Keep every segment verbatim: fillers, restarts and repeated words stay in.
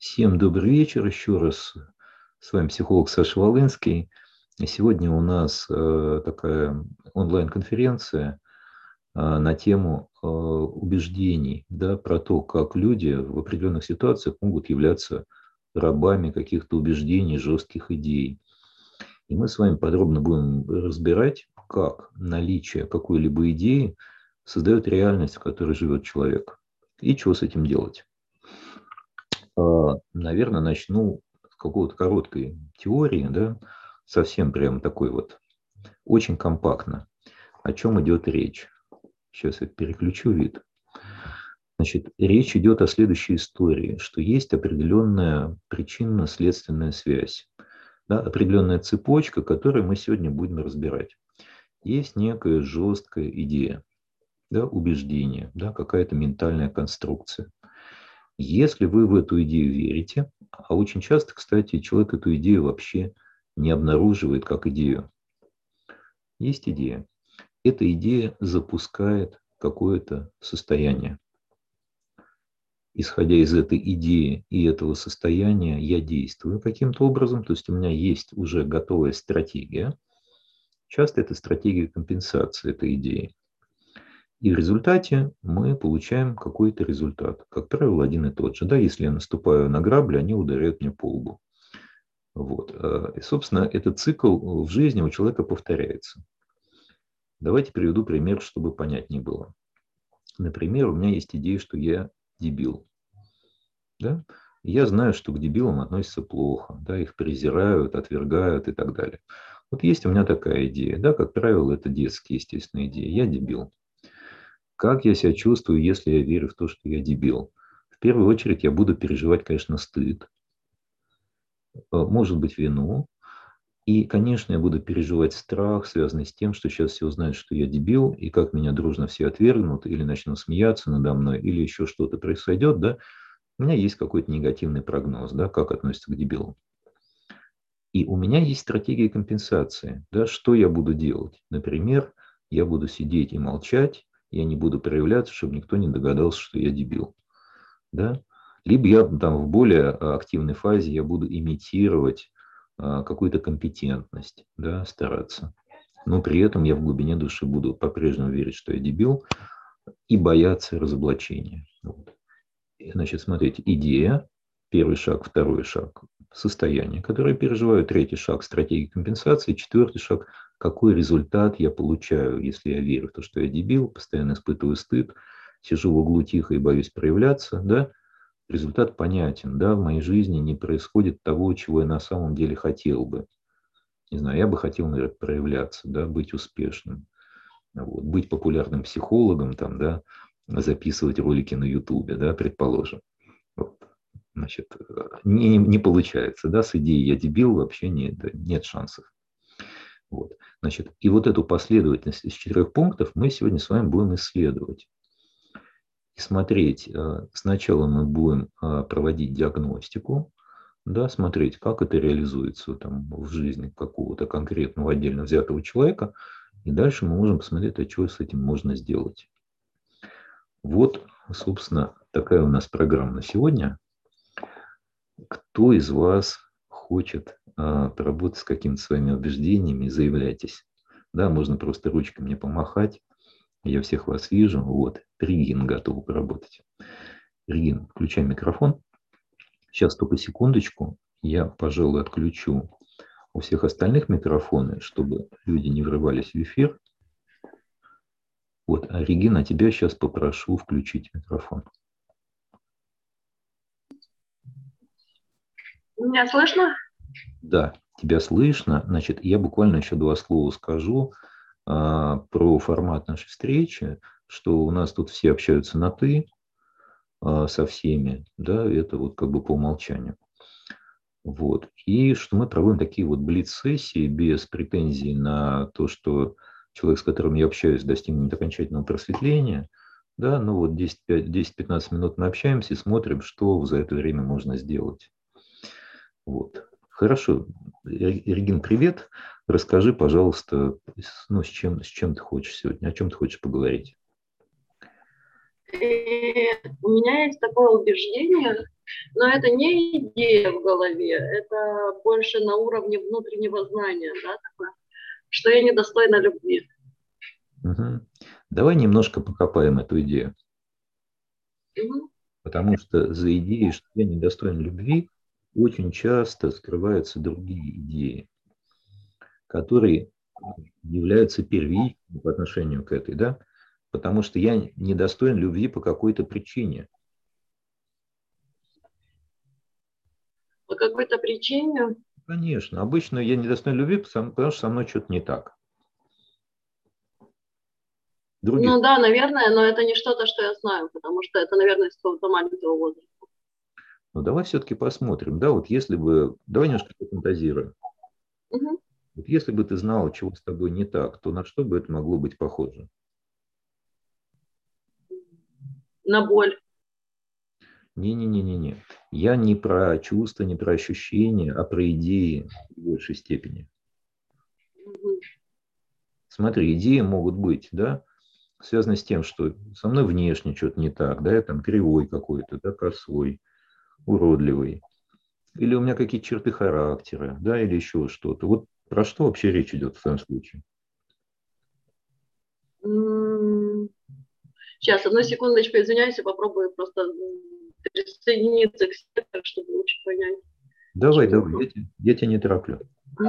Всем добрый вечер еще раз. С вами психолог Саша Волынский. И сегодня у нас э, такая онлайн-конференция э, на тему э, убеждений, да, про то, как люди в определенных ситуациях могут являться рабами каких-то убеждений, жестких идей. И мы с вами подробно будем разбирать, как наличие какой-либо идеи создает реальность, в которой живет человек, и что с этим делать. Наверное, начну с какой-то короткой теории, да, совсем прям такой вот, очень компактно. О чем идет речь? Сейчас я переключу вид. Значит, речь идет о следующей истории, что есть определенная причинно-следственная связь, да, определенная цепочка, которую мы сегодня будем разбирать. Есть некая жесткая идея, да, убеждение, да, какая-то ментальная конструкция. Если вы в эту идею верите, а очень часто, кстати, человек эту идею вообще не обнаруживает как идею. Есть идея. Эта идея запускает какое-то состояние. Исходя из этой идеи и этого состояния, я действую каким-то образом, то есть у меня есть уже готовая стратегия. Часто это стратегия компенсации этой идеи. И в результате мы получаем какой-то результат. Как правило, один и тот же. Да, если я наступаю на грабли, они ударяют мне по лбу. Вот. И, собственно, этот цикл в жизни у человека повторяется. Давайте приведу пример, чтобы понятнее было. Например, у меня есть идея, что я дебил. Да? Я знаю, что к дебилам относятся плохо. Да? Их презирают, отвергают и так далее. Вот есть у меня такая идея. Да? Как правило, это детские, естественно, идеи. Я дебил. Как я себя чувствую, если я верю в то, что я дебил? В первую очередь я буду переживать, конечно, стыд, может быть, вину. И, конечно, я буду переживать страх, связанный с тем, что сейчас все узнают, что я дебил, и как меня дружно все отвергнут, или начнут смеяться надо мной, или еще что-то произойдет, да. У меня есть какой-то негативный прогноз, да, как относится к дебилам. И у меня есть стратегия компенсации, да, что я буду делать. Например, я буду сидеть и молчать, я не буду проявляться, чтобы никто не догадался, что я дебил. Да? Либо я там в более активной фазе я буду имитировать а, какую-то компетентность, да, стараться. Но при этом я в глубине души буду по-прежнему верить, что я дебил, и бояться разоблачения. Вот. Значит, смотрите, идея, первый шаг, второй шаг, состояние, которое я переживаю, третий шаг, стратегия компенсации, четвертый шаг, какой результат я получаю, если я верю в то, что я дебил, постоянно испытываю стыд, сижу в углу тихо и боюсь проявляться, да, результат понятен, да, в моей жизни не происходит того, чего я на самом деле хотел бы. Не знаю, я бы хотел, наверное, проявляться, да, быть успешным, вот, быть популярным психологом, там, да, записывать ролики на Ютубе, да, предположим. Вот. Значит, не, не получается, да, с идеей «я дебил» вообще нет, нет шансов. Вот. Значит, и вот эту последовательность из четырех пунктов мы сегодня с вами будем исследовать. И смотреть, сначала мы будем проводить диагностику, да, смотреть, как это реализуется там, в жизни какого-то конкретного отдельно взятого человека, и дальше мы можем посмотреть, а что с этим можно сделать. Вот, собственно, такая у нас программа на сегодня. Кто из вас хочет а, поработать с какими-то своими убеждениями, заявляйтесь. Да, можно просто ручкой мне помахать. Я всех вас вижу. Вот, Регина готова поработать. Регина, включай микрофон. Сейчас только секундочку. Я, пожалуй, отключу у всех остальных микрофоны, чтобы люди не врывались в эфир. Вот, а Регина, тебя сейчас попрошу включить микрофон. Меня слышно? Да, тебя слышно. Значит, я буквально еще два слова скажу а, про формат нашей встречи, что у нас тут все общаются на «ты» а, со всеми, да, это вот как бы по умолчанию. Вот. И что мы проводим такие вот блиц-сессии без претензий на то, что человек, с которым я общаюсь, достигнет окончательного просветления. Да, ну вот десять-пятнадцать минут мы общаемся и смотрим, что за это время можно сделать. Вот. Хорошо. Регин, привет. Расскажи, пожалуйста, ну, с чем, с чем ты хочешь сегодня, о чем ты хочешь поговорить? И у меня есть такое убеждение, но это не идея в голове, это больше на уровне внутреннего знания, да, такое, что я недостойна любви. Угу. Давай немножко покопаем эту идею. Угу. Потому что за идеей, что я недостоин любви, очень часто скрываются другие идеи, которые являются первичными по отношению к этой, да? Потому что я недостоин любви по какой-то причине. По какой-то причине? Конечно. Обычно я недостоин любви, потому что со мной что-то не так. Других. Ну да, наверное, но это не что-то, что я знаю, потому что это, наверное, с какого-то маленького возраста. Ну давай все-таки посмотрим, да, вот если бы, давай немножко пофантазируем. Угу. Вот если бы ты знала, чего с тобой не так, то на что бы это могло быть похоже? На боль. Не-не-не-не-не. Я не про чувства, не про ощущения, а про идеи в большей степени. Угу. Смотри, идеи могут быть, да, связаны с тем, что со мной внешне что-то не так, да, я там кривой какой-то, да, косой, уродливый. Или у меня какие-то черты характера, да, или еще что-то. Вот про что вообще речь идет в твоем случае? Сейчас, одну секундочку, извиняюсь, я попробую просто присоединиться к себе, чтобы лучше понять. Давай, давай, я, тебя- я тебя не тороплю.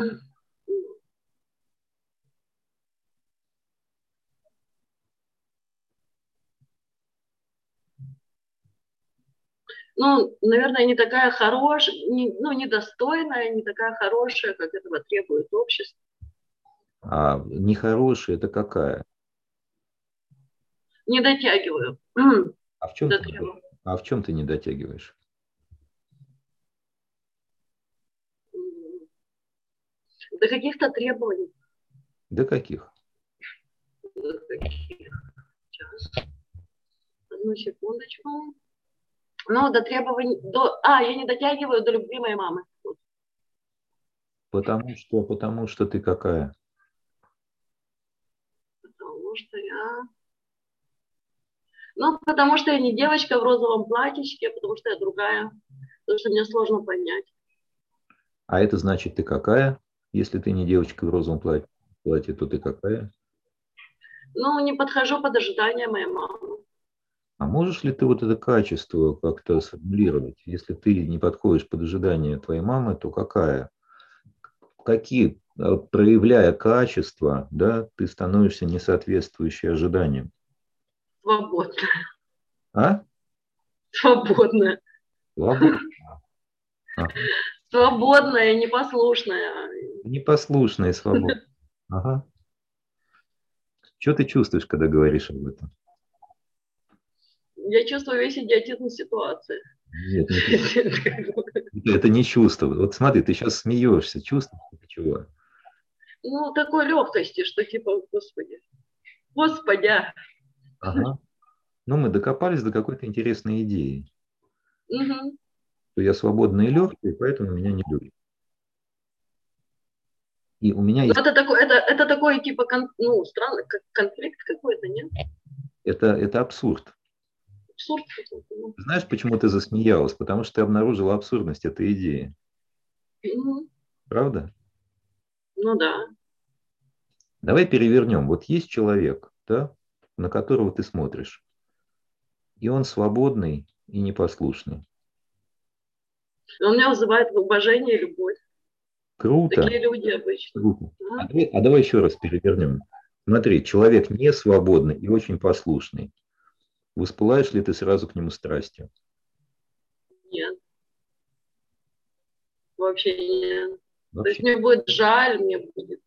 Ну, наверное, не такая хорошая, не, ну, недостойная, не такая хорошая, как этого требует общество. А нехорошая это какая? Не дотягиваю. А в чем До ты, не до- требований. а в чем ты не дотягиваешь? До каких-то требований. До каких? До каких? Сейчас. Одну секундочку. Ну, до требований, до... А, я не дотягиваю до любви моей мамы. Потому что, потому что ты какая? Потому что я... Ну, потому что я не девочка в розовом платьичке, потому что я другая. Потому что мне сложно понять. А это значит, ты какая? Если ты не девочка в розовом платье, платье, то ты какая? Ну, не подхожу под ожидания моей мамы. А можешь ли ты вот это качество как-то сформулировать? Если ты не подходишь под ожидания твоей мамы, то какая? Какие, э, проявляя качества, да, ты становишься несоответствующей ожиданиям? Свободная. А? Свободная. Свободно. Ага. Свободная, непослушная. Непослушная и свободная. Ага. Что ты чувствуешь, когда говоришь об этом? Я чувствую весь идиотизм ситуации. Нет, не ты. Это не чувство. Вот смотри, ты сейчас смеешься. Чувство чего? Ну, такой легкости, что типа, господи. Господи. Ага. Ну, мы докопались до какой-то интересной идеи. Угу. Что я свободный и легкий, поэтому меня не любят. И у меня Ну, есть... это такой, это, это такой, типа, кон, ну, странный, как конфликт какой-то, нет? Это, это абсурд. Абсурд какой-то. Ну. Знаешь, почему ты засмеялась? Потому что ты обнаружила абсурдность этой идеи. Угу. Правда? Ну, да. Давай перевернем. Вот есть человек, да, на которого ты смотришь. И он свободный и непослушный. Он меня вызывает уважение и любовь. Круто. Такие люди обычно. Круто. А? А давай, а давай еще раз перевернем. Смотри, человек не свободный и очень послушный. Воспылаешь ли ты сразу к нему страстью? Нет. Вообще нет. То есть Вообще. мне будет жаль, мне будет...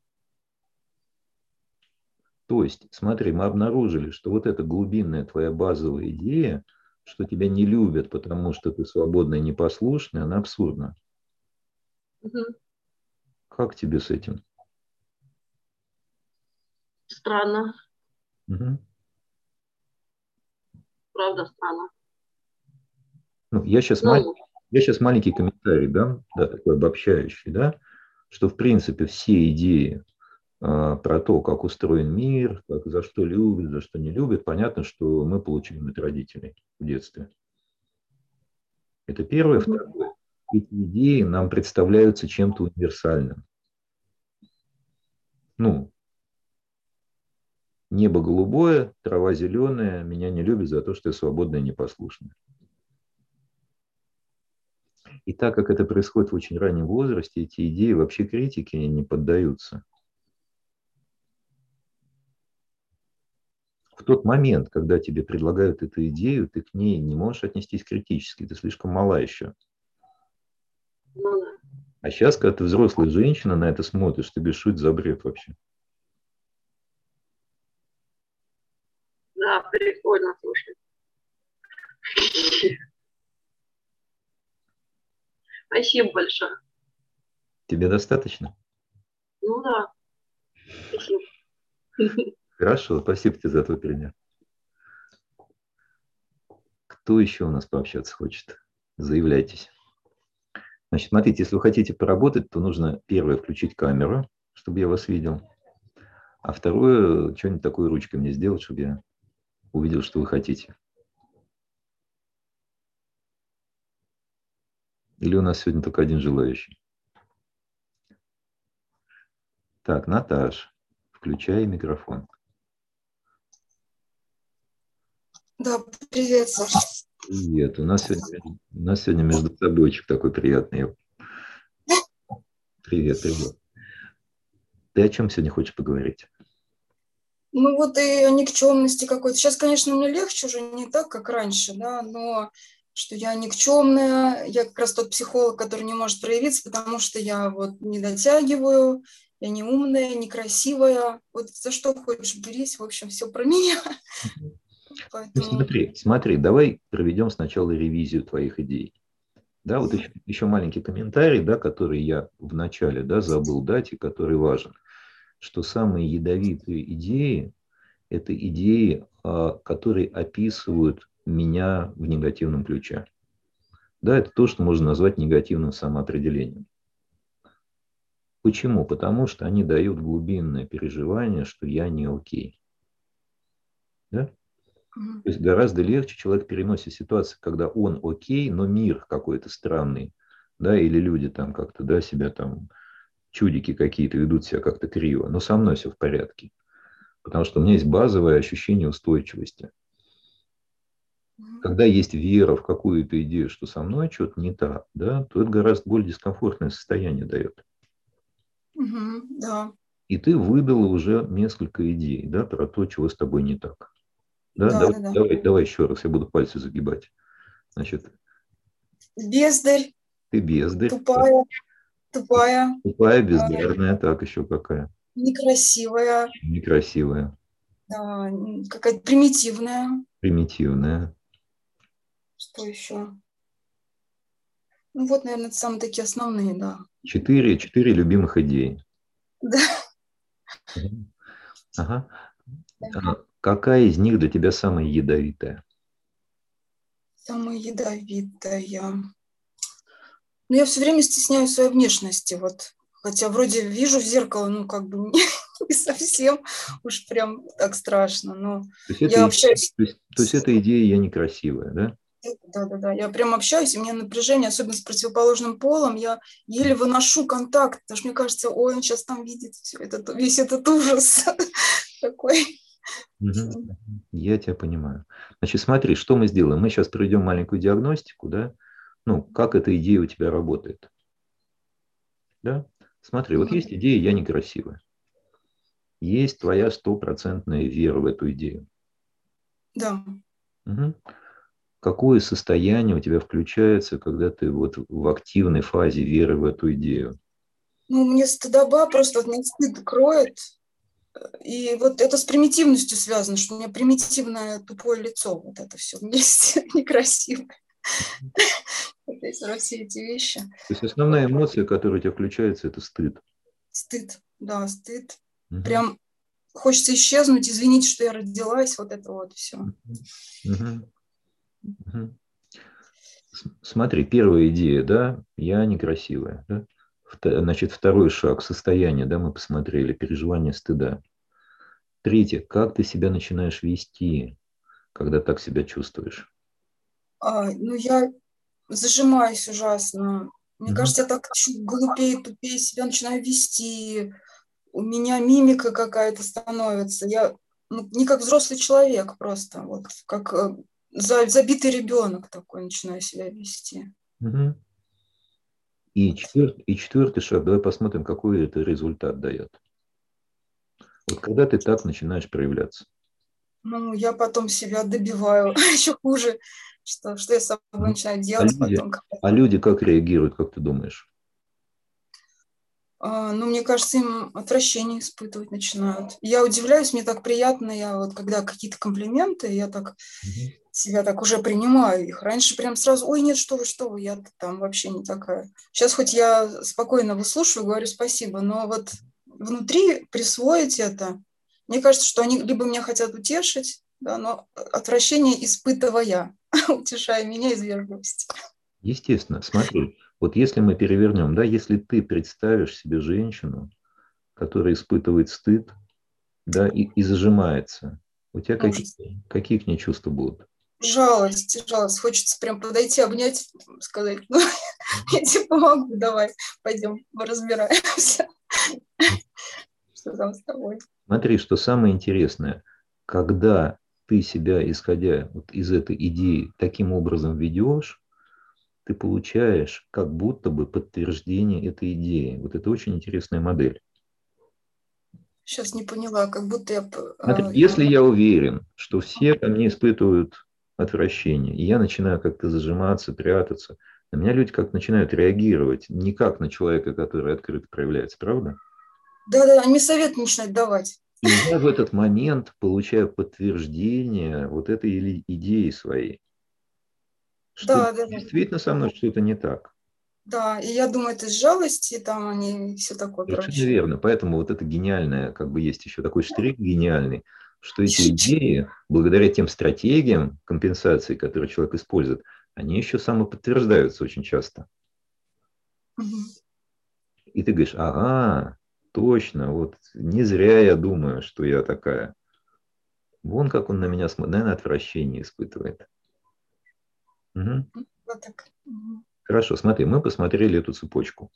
То есть, смотри, мы обнаружили, что вот эта глубинная твоя базовая идея, что тебя не любят, потому что ты свободный и непослушный, она абсурдна. Угу. Как тебе с этим? Странно. Угу. Правда странно. Ну, я сейчас, Ну, маль... я сейчас маленький комментарий дам, да, такой обобщающий, да, что в принципе все идеи, про то, как устроен мир, как, за что любят, за что не любят, понятно, что мы получаем от родителей в детстве. Это первое. Второе. Эти идеи нам представляются чем-то универсальным. Ну, небо голубое, трава зеленая, меня не любят за то, что я свободная и непослушная. И так как это происходит в очень раннем возрасте, эти идеи вообще критике не поддаются. В тот момент, когда тебе предлагают эту идею, ты к ней не можешь отнестись критически, ты слишком мала еще. Ну, да. А сейчас, когда ты взрослая женщина, на это смотришь, ты говоришь, что это за бред вообще? Да, прикольно, слушай. Спасибо большое. Тебе достаточно? Ну да, спасибо. Хорошо, спасибо тебе за твой пример. Кто еще у нас пообщаться хочет? Заявляйтесь. Значит, смотрите, если вы хотите поработать, то нужно первое включить камеру, чтобы я вас видел. А второе, что-нибудь такое ручкой мне сделать, чтобы я увидел, что вы хотите. Или у нас сегодня только один желающий? Так, Наташ, включай микрофон. Да, привет, Саша. Привет. У нас сегодня, у нас сегодня между собойчик такой приятный. Привет, привет. Ты о чем сегодня хочешь поговорить? Ну вот и о никчемности какой-то. Сейчас, конечно, мне легче уже, не так, как раньше, да, но что я никчемная, я как раз тот психолог, который не может проявиться, потому что я вот не дотягиваю, я не умная, некрасивая. Вот за что хочешь берись, в общем, все про меня. Поэтому... Ну, смотри, смотри, давай проведем сначала ревизию твоих идей. Да, вот еще, еще маленький комментарий, да, который я в начале, да, забыл дать и который важен, что самые ядовитые идеи – это идеи, которые описывают меня в негативном ключе. Да, это то, что можно назвать негативным самоопределением. Почему? Потому что они дают глубинное переживание, что я не окей. Да? Mm-hmm. То есть гораздо легче человек переносит ситуацию, когда он окей, но мир какой-то странный, да, или люди там как-то, да, себя там, чудики какие-то ведут себя как-то криво, но со мной все в порядке, потому что у меня есть базовое ощущение устойчивости. Mm-hmm. Когда есть вера в какую-то идею, что со мной что-то не так, да, то это гораздо более дискомфортное состояние дает. Mm-hmm. Да. И ты выдала уже несколько идей, да, про то, чего с тобой не так. Да, Да, давай, да, да. давай, давай еще раз, я буду пальцы загибать. Значит, бездарь, ты бездарь. тупая, тупая, Тупая, бездарная, так еще какая. некрасивая, Некрасивая. да, какая-то примитивная. Примитивная. Что еще? Ну вот, наверное, это самые такие основные, да. Четыре, четыре любимых идеи. Да. Ага. А какая из них для тебя самая ядовитая? Самая ядовитая. Ну, я все время стесняюсь своей внешности, вот. Хотя вроде вижу в зеркало, ну, как бы не, не совсем уж прям так страшно, но То есть, я это, общаюсь... то есть, то есть эта идея «я некрасивая», да? Да-да-да, я прям общаюсь, и у меня напряжение, особенно с противоположным полом, я еле выношу контакт, потому что мне кажется, ой, он сейчас там видит все этот, весь этот ужас такой. Угу. Я тебя понимаю. Значит, смотри, что мы сделаем. Мы сейчас проведем маленькую диагностику, да? Ну, как эта идея у тебя работает. Да? Смотри, вот есть идея «я некрасивая». Есть твоя стопроцентная вера в эту идею. Да. Угу. Какое состояние у тебя включается, когда ты вот в активной фазе веры в эту идею? Ну, мне стыдоба, просто от меня стыд кроет. И вот это с примитивностью связано, что у меня примитивное тупое лицо. Вот это все вместе некрасиво. Вот все эти вещи. То есть основная эмоция, которая у тебя включается, это стыд. Стыд, да, стыд. Угу. Прям хочется исчезнуть, извините, что я родилась, вот это вот все. Угу. Угу. Смотри, первая идея, да, я некрасивая. Да? Значит, второй шаг – состояние, да, мы посмотрели, переживание стыда. Третье – как ты себя начинаешь вести, когда так себя чувствуешь? А, ну, я зажимаюсь ужасно. Мне Угу. кажется, я так чуть глупее, тупее себя начинаю вести. У меня мимика какая-то становится. Я ну, не как взрослый человек просто, вот как э, за, забитый ребенок такой начинаю себя вести. Угу. И, Вот. четвертый, и четвертый шаг, давай посмотрим, какой это результат дает. Вот когда ты так начинаешь проявляться. Ну, я потом себя добиваю. Еще хуже, что, что я с собой начинаю А делать люди, потом. а люди как реагируют, как ты думаешь? А, ну, мне кажется, им отвращение испытывать начинают. Я удивляюсь, мне так приятно, я вот когда какие-то комплименты, я так Угу. себя так уже принимаю их. Раньше прям сразу, ой, нет, что вы, что вы, я там вообще не такая. Сейчас хоть я спокойно выслушиваю, говорю спасибо, но вот внутри присвоить это, мне кажется, что они либо меня хотят утешить, да, но отвращение испытывая, утешая меня из вежливости. Естественно, смотри, вот если мы перевернем, да, если ты представишь себе женщину, которая испытывает стыд, да, и, и зажимается, у тебя какие, какие к ней чувства будут? Жалость, жалость. Хочется прям подойти, обнять, сказать, ну, я тебе помогу, давай, пойдем, разбираемся. Что там с тобой? Смотри, что самое интересное, когда ты себя, исходя вот из этой идеи, таким образом ведешь, ты получаешь как будто бы подтверждение этой идеи. Вот это очень интересная модель. Сейчас не поняла, как будто я... Смотри, э, если я уверен, что все ко мне испытывают отвращение, и я начинаю как-то зажиматься, прятаться, на меня люди как начинают реагировать, не как на человека, который открыто проявляется, правда? Да-да, они совет начинают давать. И я в этот момент получаю подтверждение вот этой идеи своей, что Да, да, да. действительно со мной что-то не так. Да, и я думаю, это из жалости, там они и все такое Совершенно прочее. верно. Поэтому вот это гениальное, как бы есть еще такой штрих гениальный, что эти идеи, благодаря тем стратегиям компенсации, которые человек использует, они еще самоподтверждаются очень часто. И ты говоришь, ага, точно, вот не зря я думаю, что я такая. Вон как он на меня смотрит, наверное, отвращение испытывает. Угу. Вот так. Хорошо, смотри, мы посмотрели эту цепочку.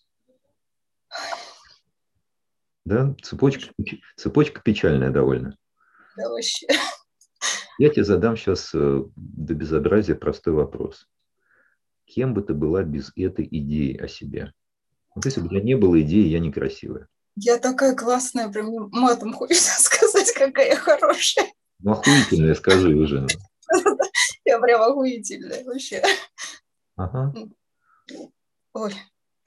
Да, цепочка, цепочка печальная довольно. Да, вообще. Я тебе задам сейчас до безобразия простой вопрос. Кем бы ты была без этой идеи о себе? Вот если бы у меня не было идеи, я некрасивая. Я такая классная, прям матом хочется сказать, какая я хорошая. Ну, охуительная, скажи уже. Я прям охуительная вообще. Ага. Ой.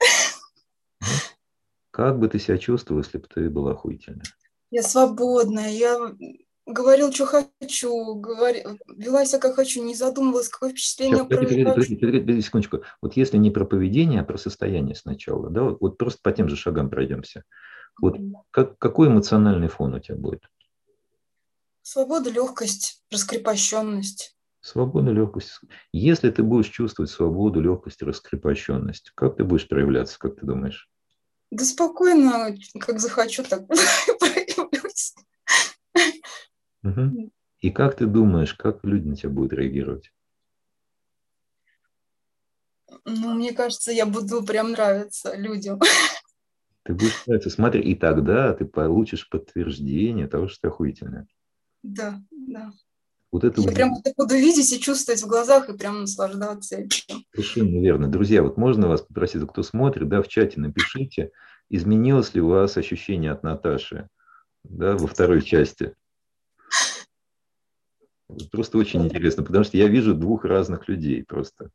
Как бы ты себя чувствовала, если бы ты была охуительная? Я свободная, я говорила, что хочу, говорила, вела себя как хочу, не задумывалась, какое впечатление Сейчас, погоди, произвожу. погоди, погоди, погоди, секундочку. Вот если не про поведение, а про состояние сначала, да, вот, вот просто по тем же шагам пройдемся. Вот как, какой эмоциональный фон у тебя будет? Свобода, легкость, раскрепощенность. Свобода, легкость. Если ты будешь чувствовать свободу, легкость, раскрепощенность, как ты будешь проявляться, как ты думаешь? Да спокойно, как захочу, так проявлюсь. Угу. И как ты думаешь, как люди на тебя будут реагировать? Ну, мне кажется, я буду прям нравиться людям. Ты будешь нравиться, смотри, и тогда ты получишь подтверждение того, что ты охуительная. Да, да. Вот это Я прям удивительно. это буду видеть и чувствовать в глазах, и прям наслаждаться этим. Совершенно верно. Друзья, вот можно вас попросить, кто смотрит, да, в чате напишите, изменилось ли у вас ощущение от Наташи, да, во второй части. Просто очень интересно, потому что я вижу двух разных людей просто.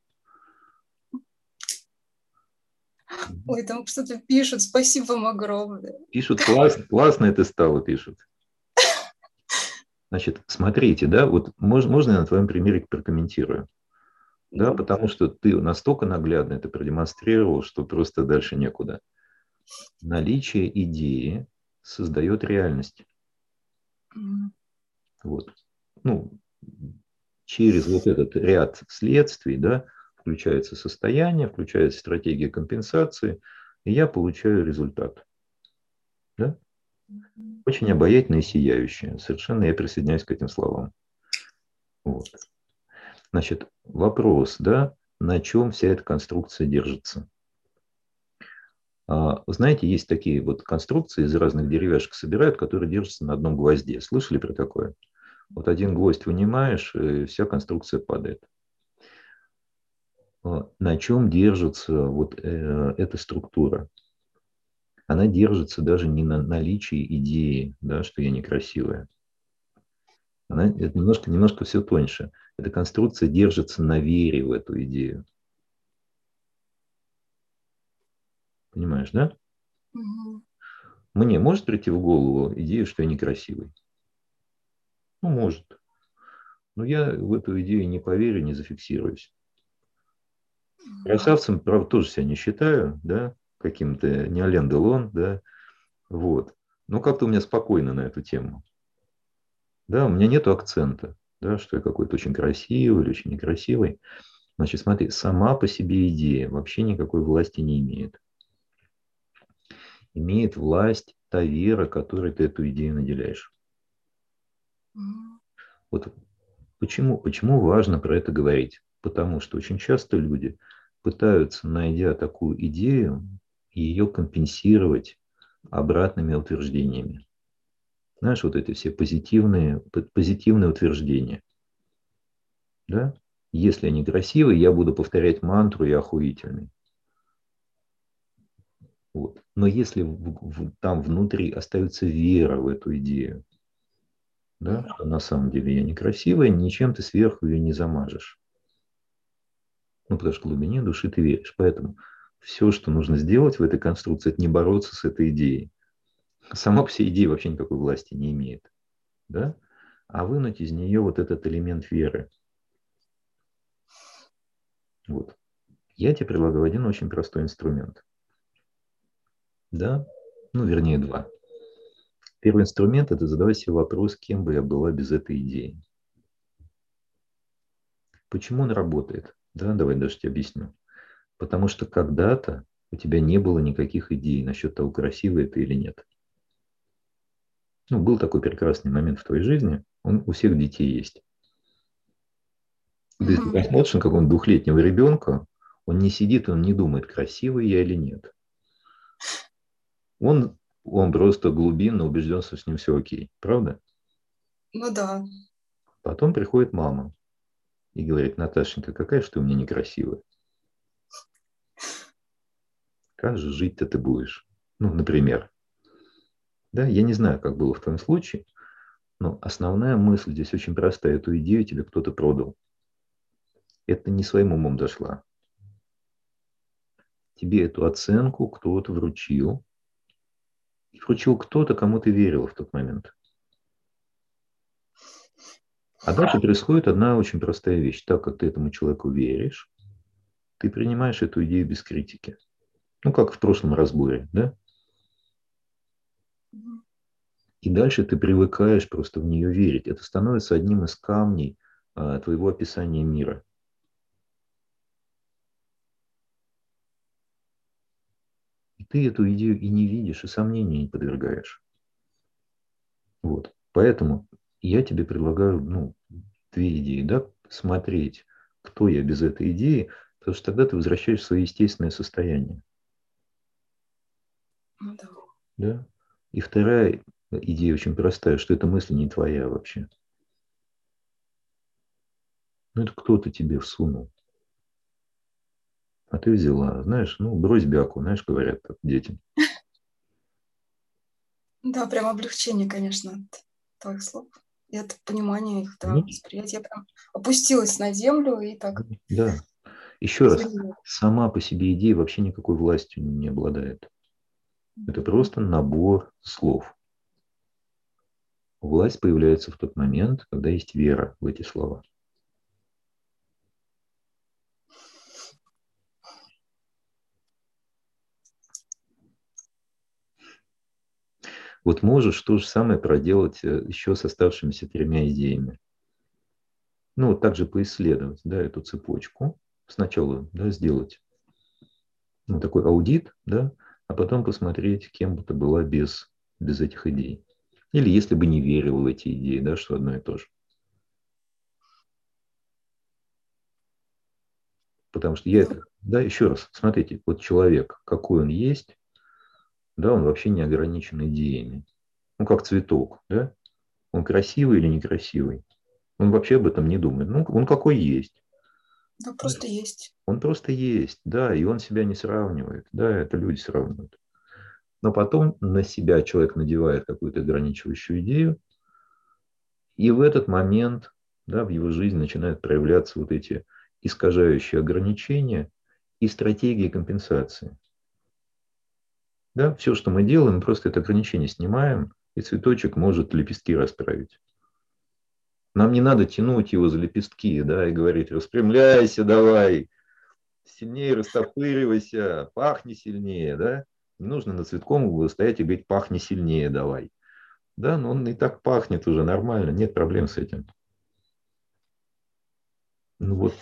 Ой, там что-то пишут, спасибо вам огромное. Пишут, класс, классно ты стала, пишут. Значит, смотрите, да, вот можно, можно я на твоем примере прокомментирую? Да, потому что ты настолько наглядно это продемонстрировал, что просто дальше некуда. Наличие идеи создает реальность. Mm. Вот. Ну, через вот этот ряд следствий, да, включается состояние, включается стратегия компенсации, и я получаю результат. Да? Очень обаятельное и сияющее. Совершенно я присоединяюсь к этим словам. Вот. Значит, вопрос, да, на чем вся эта конструкция держится? А, вы знаете, есть такие вот конструкции из разных деревяшек собирают, которые держатся на одном гвозде. Слышали про такое? Вот один гвоздь вынимаешь, и вся конструкция падает. На чем держится вот э, эта структура? Она держится даже не на наличии идеи, да, что я некрасивая. Она, это немножко, немножко все тоньше. Эта конструкция держится на вере в эту идею. Понимаешь, да? Угу. Мне может прийти в голову идея, что я некрасивый? Ну, может. Но я в эту идею не поверю, не зафиксируюсь. Красавцем, правда, тоже себя не считаю, да, каким-то не Ален Делон, да, вот. Но как-то у меня спокойно на эту тему. Да, у меня нету акцента, да, что я какой-то очень красивый или очень некрасивый. Значит, смотри, сама по себе идея вообще никакой власти не имеет. Имеет власть та вера, которой ты эту идею наделяешь. Вот почему, почему важно про это говорить? Потому что очень часто люди пытаются, найдя такую идею, ее компенсировать обратными утверждениями. Знаешь, вот эти все позитивные, позитивные утверждения. Да? Если я некрасивый, я буду повторять мантру «я охуительный». Вот. Но если в, в, там внутри остается вера в эту идею, да, что на самом деле я некрасивая, ничем ты сверху ее не замажешь. Ну, потому что в глубине души ты веришь. Поэтому все, что нужно сделать в этой конструкции, это не бороться с этой идеей. Сама по себе идея вообще никакой власти не имеет. Да? А вынуть из нее вот этот элемент веры. Вот. Я тебе предлагаю один очень простой инструмент. Да? Ну, вернее, два. Первый инструмент – это задавать себе вопрос, кем бы я была без этой идеи. Почему он работает? Да, давай даже тебе объясню. Потому что когда-то у тебя не было никаких идей насчет того, красиво это или нет. Ну, был такой прекрасный момент в твоей жизни, он у всех детей есть. Ты Угу. посмотришь на какого-нибудь двухлетнего ребенка, он не сидит, он не думает, красивый я или нет. Он, он просто глубинно убежден, что с ним все окей. Правда? Ну да. Потом приходит мама и говорит: Наташенька, какая же ты у меня некрасивая. Как же жить-то ты будешь? Ну, например. Да, я не знаю, как было в твоем случае, но основная мысль здесь очень простая. Эту идею тебе кто-то продал. Это не своим умом дошла. Тебе эту оценку кто-то вручил. И вручил кто-то, кому ты верила в тот момент. А дальше происходит одна очень простая вещь. Так как ты этому человеку веришь, ты принимаешь эту идею без критики. Ну, как в прошлом разборе, да? И дальше ты привыкаешь просто в нее верить. Это становится одним из камней а, твоего описания мира. И ты эту идею и не видишь, и сомнению не подвергаешь. Вот. Поэтому я тебе предлагаю, ну, две идеи, да, смотреть, кто я без этой идеи, потому что тогда ты возвращаешь в свое естественное состояние. Ну да. Да? И вторая идея очень простая, что эта мысль не твоя вообще. Ну, это кто-то тебе всунул. А ты взяла, знаешь, ну, брось бяку, знаешь, говорят так детям. Да, прям облегчение, конечно, от твоих слов. И от понимания их, да, Нет? восприятия. Я прям опустилась на землю и так Да. Еще раз, извинилась. сама по себе идея вообще никакой властью не обладает. Это просто набор слов. Власть появляется в тот момент, когда есть вера в эти слова. Вот можешь то же самое проделать еще с оставшимися тремя идеями. Ну, вот также поисследовать, да, эту цепочку. Сначала, да, сделать, ну, такой аудит, да, а потом посмотреть, кем бы ты была без, без этих идей. Или если бы не верила в эти идеи, да, что одно и то же. Потому что я это, да, еще раз, смотрите, вот человек, какой он есть, да, он вообще не ограничен идеями. Ну, как цветок, да, он красивый или некрасивый, он вообще об этом не думает. Ну, он какой есть. Да, просто есть. Он просто есть, да, и он себя не сравнивает, да, это люди сравнивают. Но потом на себя человек надевает какую-то ограничивающую идею, и в этот момент, да, в его жизни начинают проявляться вот эти искажающие ограничения и стратегии компенсации. Да, все, что мы делаем, мы просто это ограничение снимаем, и цветочек может лепестки расправить. Нам не надо тянуть его за лепестки, да, и говорить: распрямляйся давай, сильнее растопыривайся, пахни сильнее, да. Не нужно над цветком стоять и говорить: пахни сильнее давай. Да, но он и так пахнет уже нормально, нет проблем с этим. Ну вот.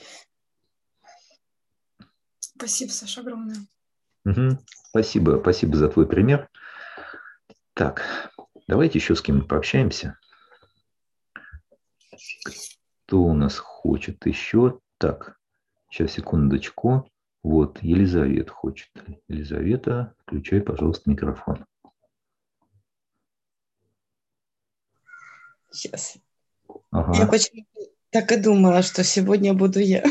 Спасибо, Саша, огромное. Угу. Спасибо, спасибо за твой пример. Так, давайте еще с кем-нибудь пообщаемся. Кто у нас хочет еще? Так, сейчас, секундочку. Вот, Елизавета хочет. Елизавета, включай, пожалуйста, микрофон. Сейчас. Ага. Я почему-то так и думала, что сегодня буду я.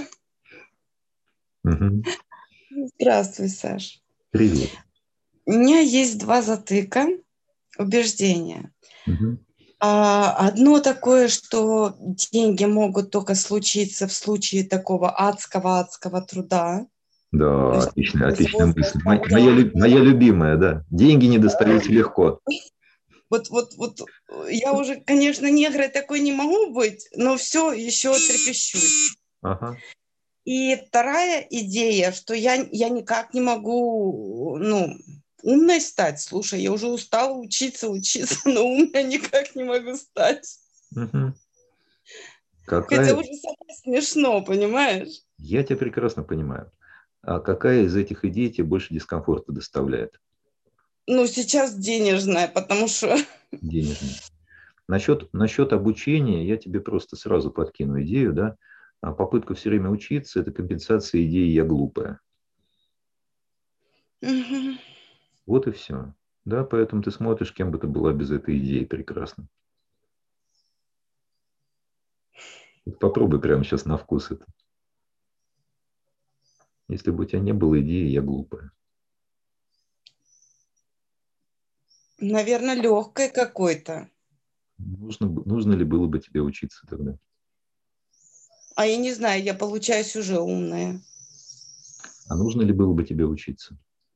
Угу. Здравствуй, Саш. Привет. У меня есть два затыка убеждения. Угу. Одно такое, что деньги могут только случиться в случае такого адского-адского труда. Да, отличная, отличная мысль. Моя, Да. моя, моя любимая, да. Деньги не достаются легко. Вот, вот, вот я уже, конечно, негрой такой не могу быть, но все еще трепещусь. Ага. И вторая идея, что я, я никак не могу, ну, умной стать. Слушай, я уже устала учиться, учиться, но умной никак не могу стать. Угу. Хотя Какая... уже самое смешно, понимаешь? Я тебя прекрасно понимаю. А какая из этих идей тебе больше дискомфорта доставляет? Ну, сейчас денежная, потому что... Денежная. Насчет, насчет обучения я тебе просто сразу подкину идею, да. А попытка все время учиться – это компенсация идеи «я глупая». Угу. Вот и все. Да, поэтому ты смотришь, кем бы ты была без этой идеи, прекрасно. Попробуй прямо сейчас на вкус это. Если бы у тебя не было идеи «я глупая». Наверное, легкой какой-то. Нужно, нужно ли было бы тебе учиться тогда? А я не знаю, я получаюсь уже умная. А нужно ли было бы тебе учиться?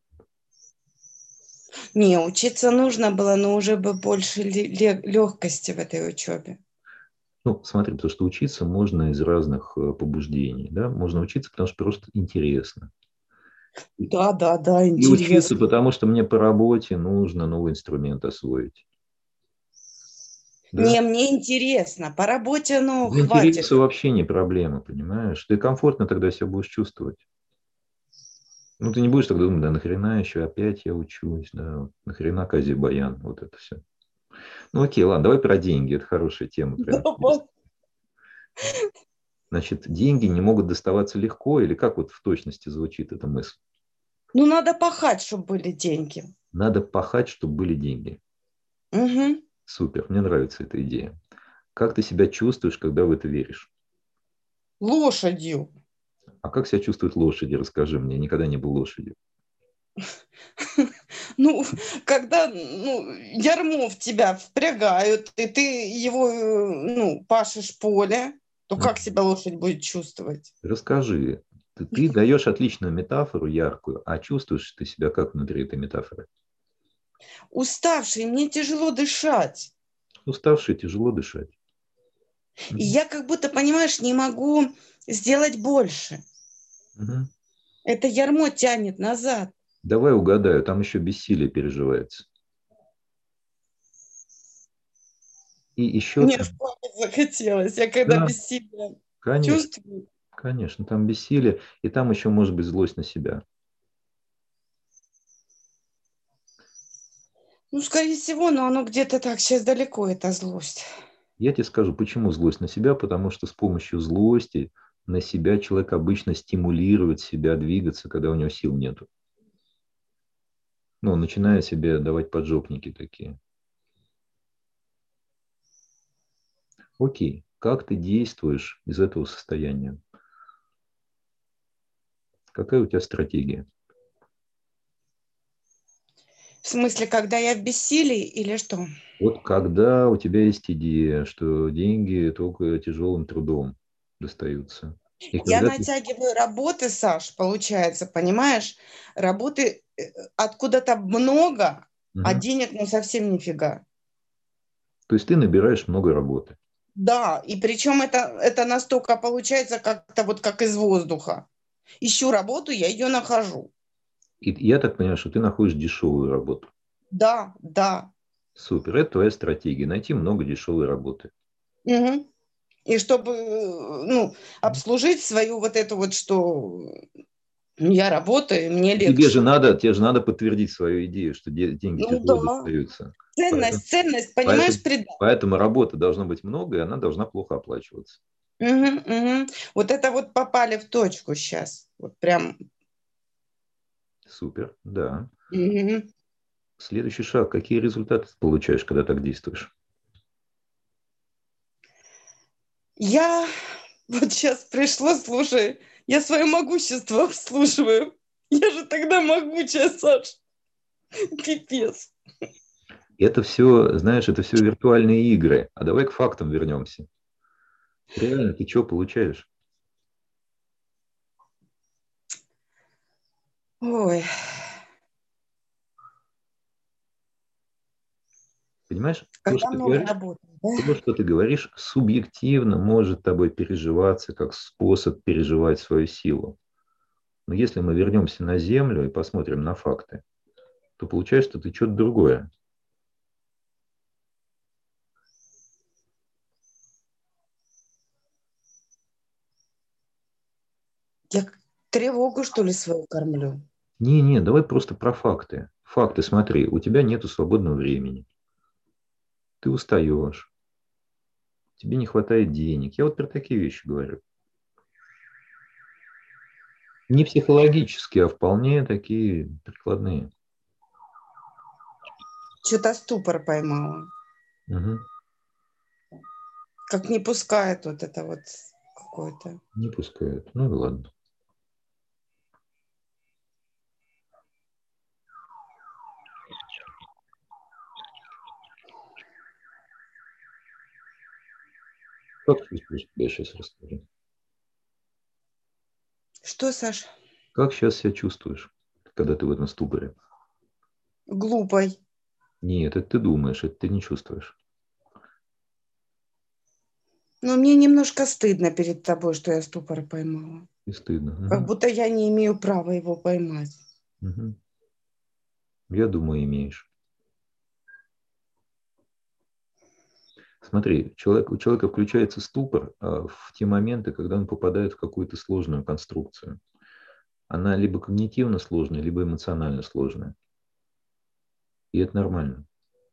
Не, учиться нужно было, но уже бы больше легкости в этой учебе. Ну, смотри, потому что учиться можно из разных побуждений. Да? Можно учиться, потому что просто интересно. Да, да, да, И учиться, интересно. потому что мне по работе нужно новый инструмент освоить. Да? Не, мне интересно. По работе, ну, Для хватит. интереса вообще не проблема, понимаешь? Ты комфортно тогда себя будешь чувствовать. Ну, ты не будешь тогда думать: да нахрена еще опять я учусь, да, нахрена Кази-Баян, вот это все. Ну, окей, ладно, давай про деньги, это хорошая тема. Прям. Значит, деньги не могут доставаться легко, или как вот в точности звучит эта мысль? Ну, надо пахать, чтобы были деньги. Надо пахать, чтобы были деньги. Угу. Супер, мне нравится эта идея. Как ты себя чувствуешь, когда в это веришь? Лошадью. А как себя чувствуют лошади? Расскажи мне, я никогда не был лошадью. Ну, когда ну, ярмо в тебя впрягают, и ты его, ну, пашешь поле, то как себя лошадь будет чувствовать? Расскажи. Ты, ты даешь отличную метафору, яркую, а чувствуешь ты себя как внутри этой метафоры? Уставший, мне тяжело дышать. Уставший, тяжело дышать. И я как будто, понимаешь, не могу сделать больше. Угу. Это ярмо тянет назад. Давай угадаю, там еще бессилие переживается. И еще... Мне там... плакать захотелось. Я когда Да, бессилие конечно, чувствую. конечно, там бессилие, и там еще может быть злость на себя. Ну, скорее всего, но оно где-то так сейчас далеко, эта злость. Я тебе скажу, почему злость на себя, потому что с помощью злости на себя человек обычно стимулирует себя двигаться, когда у него сил нету. Ну, он начинает себе давать поджопники такие. Окей, как ты действуешь из этого состояния? Какая у тебя стратегия? В смысле, когда я в бессилии или что? Вот когда у тебя есть идея, что деньги только тяжелым трудом достаются. И Я когда ты... натягиваю работы, Саш, получается, понимаешь? Работы э, откуда-то много, а Мгм. денег ну совсем нифига. То есть ты набираешь много работы. Да, и причем это, это настолько получается как-то вот как из воздуха. Ищу работу, я ее нахожу. И я так понимаю, что ты находишь дешевую работу. Да, да. Супер, это твоя стратегия. Найти много дешевой работы. Мгм. И чтобы, э, ну, обслужить свою вот эту вот, что я работаю, мне Тебе же легче. надо, тебе же надо подтвердить свою идею, что де- деньги Ну тяжело да. достаются. Поэтому, Ценность, ценность, понимаешь, поэтому, придать. поэтому работы должно быть много, и она должна плохо оплачиваться. Мгм, мгм. Вот это вот попали в точку сейчас. Вот прям. Супер, да. Мгм. Следующий шаг. Какие результаты ты получаешь, когда так действуешь? Я вот сейчас пришло, слушай, я свое могущество обслуживаю. Я же тогда могучая, Саш. Пипец. Это все, знаешь, это все виртуальные игры. А давай к фактам вернемся. Реально, ты что получаешь? Ой, Понимаешь, то, когда что ты много говоришь, работы, да? то, что ты говоришь, субъективно может тобой переживаться как способ переживать свою силу. Но если мы вернемся на Землю и посмотрим на факты, то получается, что ты что-то другое. Я тревогу, что ли, свою кормлю? Не-не, давай просто про факты. Факты, смотри, у тебя нету свободного времени. Ты устаешь. Тебе не хватает денег. Я вот про такие вещи говорю. Не психологические, а вполне такие прикладные. Что-то ступор поймала. Угу. Как не пускает вот это вот какое-то. Не пускают. Ну и ладно. Как чувствуешь себя сейчас, расскажи? Что, Саш? Как сейчас себя чувствуешь, когда ты в этом ступоре? Глупой. Нет, это ты думаешь, это ты не чувствуешь. Но мне немножко стыдно перед тобой, что я ступор поймала. И стыдно. Как Угу. будто я не имею права его поймать. Угу. Я думаю, имеешь. Смотри, человек, у человека включается ступор а, в те моменты, когда он попадает в какую-то сложную конструкцию. Она либо когнитивно сложная, либо эмоционально сложная. И это нормально.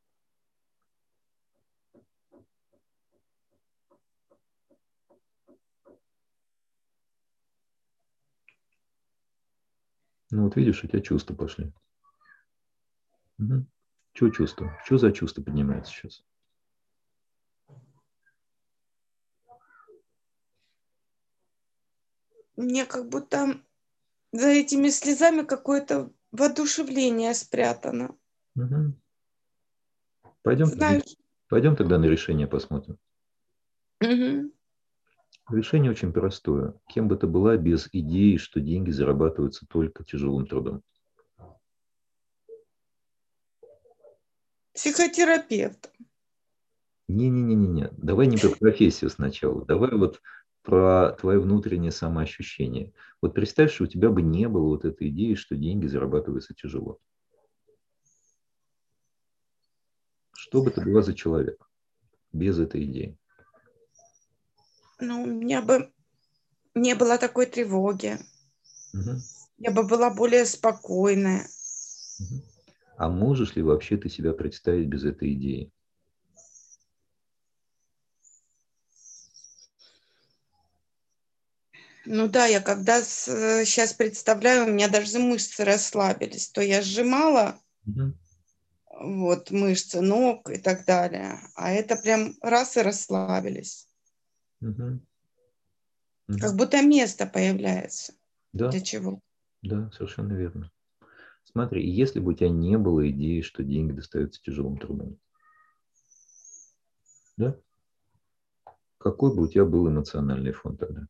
Ну вот видишь, у тебя чувства пошли. Угу. Что чувство? Что за чувство поднимается сейчас? Мне как будто за этими слезами какое-то воодушевление спрятано. Угу. Пойдем, Знаешь? пойдем тогда на решение посмотрим. Угу. Решение очень простое. Кем бы ты была без идеи, что деньги зарабатываются только тяжелым трудом? Психотерапевт. Не-не-не-не-не. Давай не про профессию сначала. Давай вот про твое внутреннее самоощущение. Вот представь, что у тебя бы не было вот этой идеи, что деньги зарабатываются тяжело. Что бы ты была за человек без этой идеи? Ну, у меня бы не было такой тревоги. Угу. Я бы была более спокойная. Угу. А можешь ли вообще ты себя представить без этой идеи? Ну да, я когда сейчас представляю, у меня даже мышцы расслабились. То я сжимала Угу. вот мышцы ног и так далее, а это прям раз и расслабились. Угу. Угу. Как будто место появляется. Да, Для чего? да, совершенно верно. Смотри, если бы у тебя не было идеи, что деньги достаются тяжелым трудом, да? Какой бы у тебя был эмоциональный фон тогда?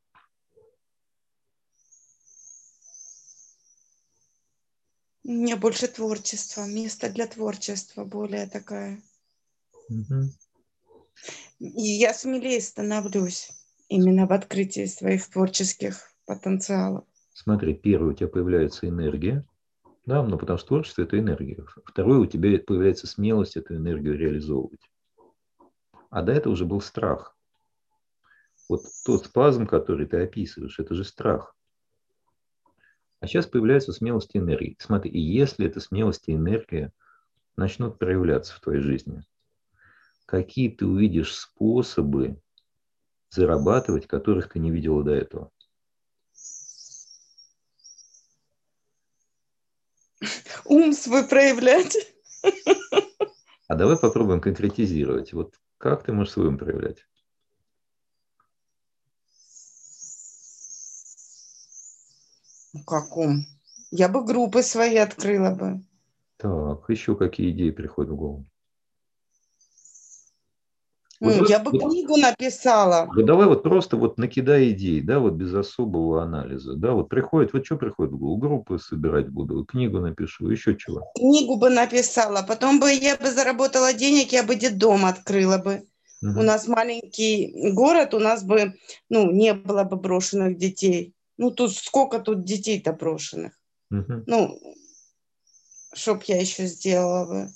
У меня больше творчества, место для творчества более такая. Угу. И я смелее становлюсь именно в открытии своих творческих потенциалов. Смотри, первый, у тебя появляется энергия, да, ну потому что творчество – это энергия. Второе, у тебя появляется смелость эту энергию реализовывать. А до этого уже был страх. Вот тот спазм, который ты описываешь, это же страх. А сейчас появляется смелость и энергия. Смотри, и если эта смелость и энергия начнут проявляться в твоей жизни, какие ты увидишь способы зарабатывать, которых ты не видела до этого? Ум свой проявлять. А давай попробуем конкретизировать. Вот как ты можешь свой ум проявлять? Ну, как ум? Я бы группы свои открыла бы. Так, еще какие идеи приходят в голову? Вот, Ну, давай, я бы вот, книгу написала. вот давай вот просто вот накидай идеи, да, вот без особого анализа, да, вот приходит, вот что приходит в голову? Группы собирать буду, книгу напишу, еще чего? Книгу бы написала. Потом бы я бы заработала денег, я бы детдом открыла бы. У Угу, нас маленький город, у нас бы, ну, не было бы брошенных детей. Ну, тут сколько тут детей-то брошенных? угу. Ну, чтоб я еще сделала бы.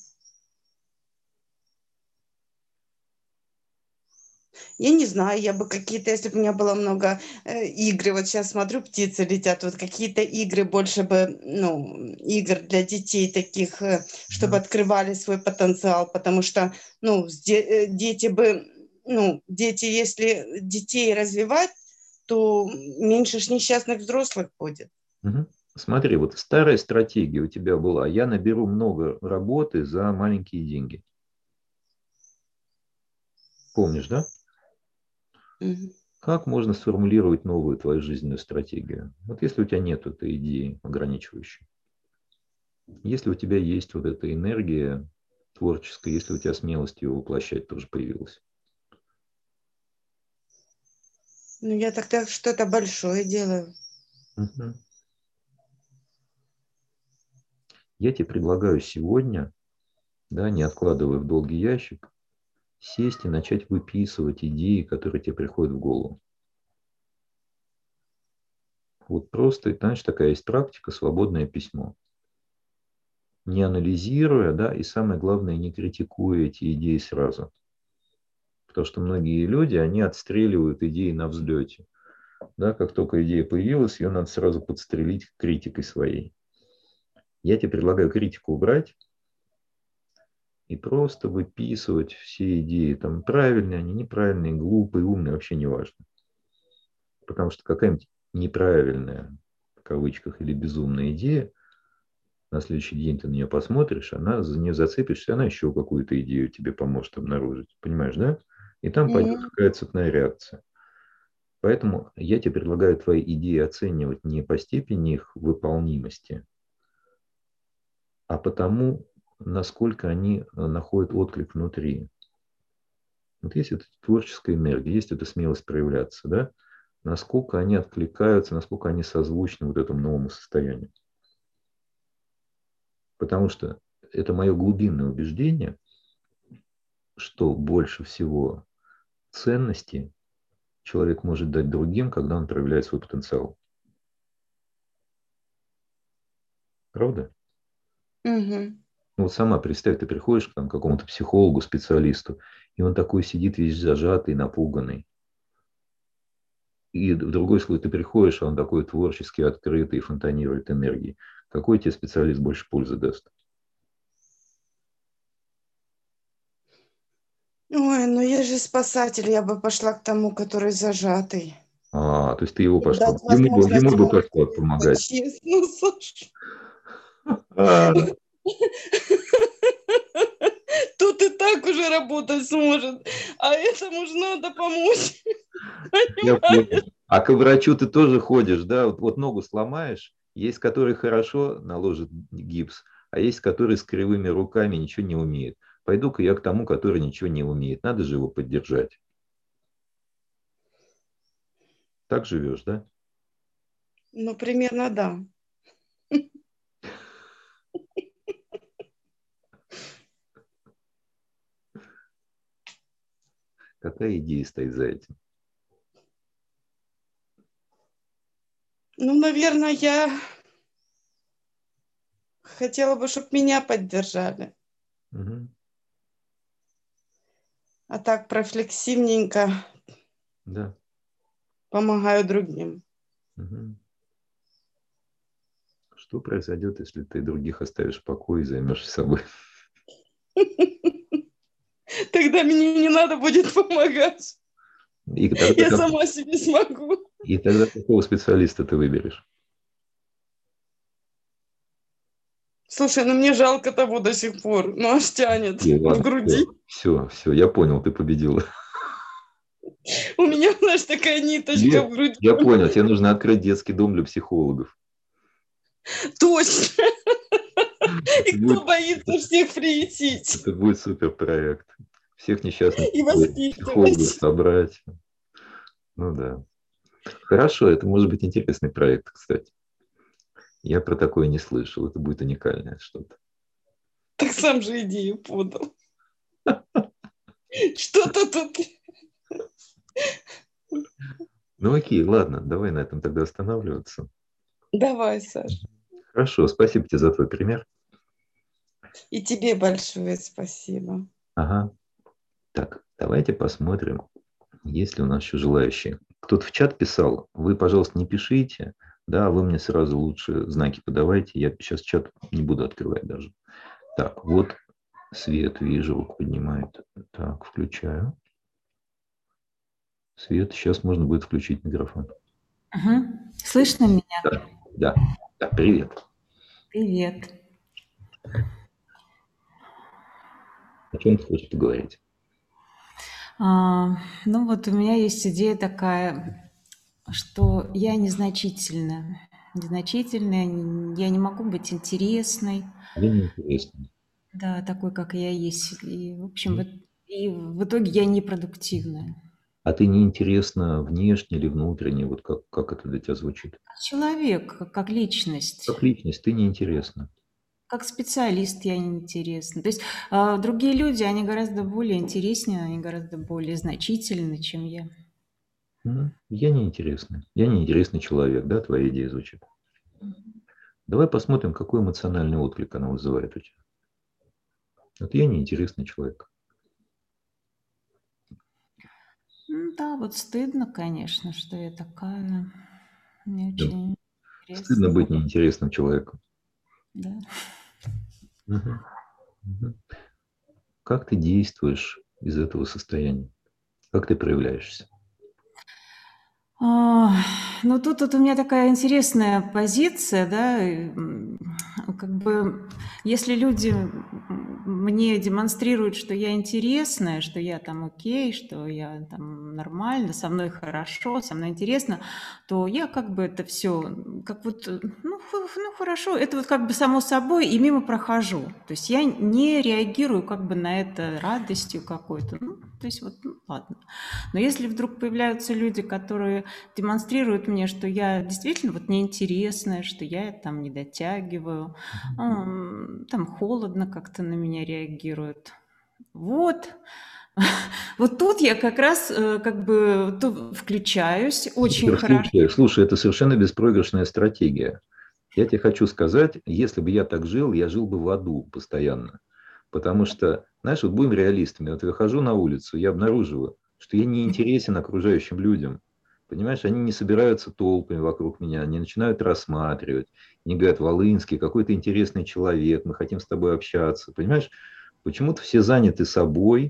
Я не знаю, я бы какие-то, если бы у меня было много э, игр, вот сейчас смотрю, птицы летят, вот какие-то игры больше бы, ну, игр для детей таких, э, чтобы открывали свой потенциал, потому что, ну, де- э, дети бы, ну, дети, если детей развивать, то меньше ж несчастных взрослых будет. Угу. Смотри, вот старая стратегия у тебя была, я наберу много работы за маленькие деньги. Помнишь, да? Мгм. Как можно сформулировать новую твою жизненную стратегию? Вот если у тебя нет этой идеи ограничивающей, если у тебя есть вот эта энергия творческая, если у тебя смелость ее воплощать тоже появилась. Ну, я тогда что-то большое делаю. Угу. Я тебе предлагаю сегодня, да, не откладывая в долгий ящик, сесть и начать выписывать идеи, которые тебе приходят в голову. Вот просто, знаешь, такая есть практика, свободное письмо. Не анализируя, да, и самое главное, не критикуя эти идеи сразу. Потому что многие люди, они отстреливают идеи на взлете. Да, как только идея появилась, ее надо сразу подстрелить критикой своей. Я тебе предлагаю критику убрать и просто выписывать все идеи. Там правильные они, неправильные, глупые, умные, вообще не важно. Потому что какая-нибудь неправильная, в кавычках, или безумная идея, на следующий день ты на нее посмотришь, она за нее зацепишься, она еще какую-то идею тебе поможет обнаружить. Понимаешь, да? И там пойдет Мгм. какая-то цепная реакция. Поэтому я тебе предлагаю твои идеи оценивать не по степени их выполнимости, а по тому, насколько они находят отклик внутри. Вот есть эта творческая энергия, есть эта смелость проявляться, да? Насколько они откликаются, насколько они созвучны вот этому новому состоянию. Потому что это мое глубинное убеждение, что больше всего ценности человек может дать другим, когда он проявляет свой потенциал. Правда? Мгм. Ну вот сама представь, ты приходишь к там, какому-то психологу, специалисту, и он такой сидит весь зажатый, напуганный. И в другой случай ты приходишь, а он такой творчески открытый, фонтанирует энергией. Какой тебе специалист больше пользы даст? Ой, ну я же спасатель, я бы пошла к тому, который зажатый. А, то есть ты его Им пошла. дать Ему, бы- возможность ему бы ему пошла помогать. по-честному, Саша. А, Тут и так уже работать сможет, а этому же надо помочь. я Понимаешь? понял. А к врачу ты тоже ходишь, да? Вот, вот ногу сломаешь, есть, который хорошо наложит гипс, а есть, который с кривыми руками ничего не умеет. Пойду-ка я к тому, который ничего не умеет. Надо же его поддержать. Так живешь, да? Ну, примерно да. Какая идея стоит за этим? Ну, наверное, я хотела бы, чтобы меня поддержали. Угу. А так профлексивненько Да. помогаю другим. Угу. Что произойдет, если ты других оставишь в покое и займешься собой? Тогда мне не надо будет помогать. И тогда, Я как- сама себе смогу. и тогда какого специалиста ты выберешь? Слушай, ну мне жалко того до сих пор. Ну аж тянет И в ладно, груди. все, все, все, я понял, ты победила. У меня, знаешь, такая ниточка Тебе- в груди. Я понял, тебе нужно открыть детский дом для психологов. Точно. Это И кто будет, боится всех приютить это будет супер проект. Всех несчастных и психологов воспитывать. собрать. Ну да. Хорошо, это может быть интересный проект, кстати. Я про такое не слышал. Это будет уникальное что-то. Так сам же идею подал. Что-то тут... Ну окей, ладно, давай на этом тогда останавливаться. Давай, Саш. Хорошо, спасибо тебе за твой пример. И тебе большое спасибо. Ага. Так, давайте посмотрим, есть ли у нас еще желающие. Кто-то в чат писал, вы, пожалуйста, не пишите, да, вы мне сразу лучше знаки подавайте, я сейчас чат не буду открывать даже. Так, вот Свет, вижу, руку поднимает. Так, включаю. Свет, сейчас можно будет включить микрофон. Угу. Слышно меня? Да, да, да, привет. Привет. О чем ты хочешь поговорить? А, ну вот у меня есть идея такая, что я незначительная. Незначительная, н- я не могу быть интересной, Мне неинтересно. да, такой, как я есть. И, в общем, Мгм. вот, и в итоге я непродуктивная. А ты неинтересна внешне или внутренне? Вот как, как это для тебя звучит? Как человек, как, как личность, Как личность ты неинтересна. как специалист я неинтересна. То есть а, другие люди, они гораздо более интереснее, они гораздо более значительны, чем я. Мгм. Я неинтересный. Я неинтересный человек, да, твоя идея звучит. Давай посмотрим, какой эмоциональный отклик она вызывает у тебя. Вот я неинтересный человек. Ну да, вот стыдно, конечно, что я такая. Мне Да. очень Стыдно интересно. быть неинтересным человеком. Да. Мгм. Мгм. Как ты действуешь из этого состояния? Как ты проявляешься? А, ну, тут вот у меня такая интересная позиция, да, и, м, как бы, если люди м, мне демонстрируют, что я интересная, что я там окей, что я там нормально, со мной хорошо, со мной интересно, то я как бы это все, как вот, э, ну, хо- ну хорошо, это вот как бы само собой и мимо прохожу. То есть я не реагирую как бы на это радостью какой-то. Ну, то есть вот, ну, ладно. Но если вдруг появляются люди, которые демонстрируют мне, что я действительно вот неинтересная, что я там не дотягиваю, м, там холодно как-то на меня реагируют. Вот. Вот тут я как раз э, как бы то включаюсь очень Супер, хорошо. слушай, слушай, это совершенно беспроигрышная стратегия. Я тебе хочу сказать, если бы я так жил, я жил бы в аду постоянно. Потому что, знаешь, вот будем реалистами. Вот я выхожу на улицу, я обнаруживаю, что я не интересен окружающим людям. Понимаешь, они не собираются толпами вокруг меня, они начинают рассматривать. Они говорят, Волынский, какой ты интересный человек, мы хотим с тобой общаться. Понимаешь, почему-то все заняты собой,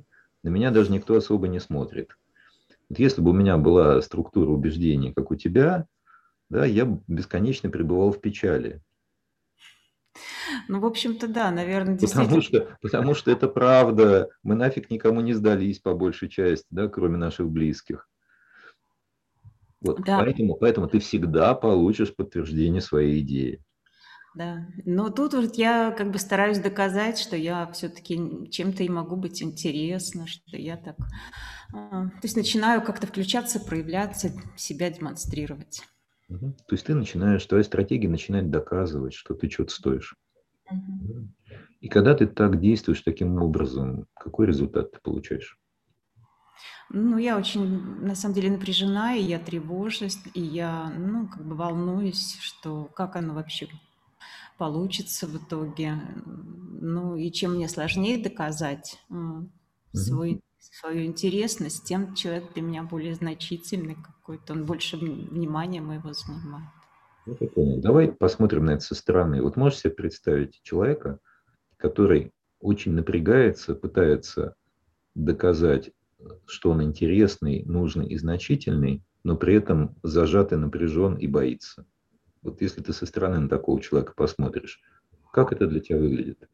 на меня даже никто особо не смотрит. Вот если бы у меня была структура убеждений, как у тебя, да, я бы бесконечно пребывал в печали. Ну, в общем-то, да, наверное, Потому действительно. что, потому что это правда. Мы нафиг никому не сдались, по большей части, да, кроме наших близких. Вот, Да, поэтому, поэтому ты всегда получишь подтверждение своей идеи. да. Но тут вот я как бы стараюсь доказать, что я все-таки чем-то и могу быть интересна, что я так... а, То есть начинаю как-то включаться, проявляться, себя демонстрировать. Мгм. То есть ты начинаешь, твоя стратегия начинает доказывать, что ты что-то стоишь. Мгм. Да. И когда ты так действуешь таким образом, какой результат ты получаешь? Ну, я очень, на самом деле, напряжена, и я тревожусь, и я, ну, как бы волнуюсь, что как оно вообще получится в итоге. Ну, и чем мне сложнее доказать м, Мгм. свой, свою интересность, тем человек для меня более значительный какой-то, он больше вн- внимания моего занимает. Вот я понял. Давай посмотрим на это со стороны. Вот можешь себе представить человека, который очень напрягается, пытается доказать, что он интересный, нужный и значительный, но при этом зажат и напряжен и боится. Вот если ты со стороны на такого человека посмотришь, как это для тебя выглядит?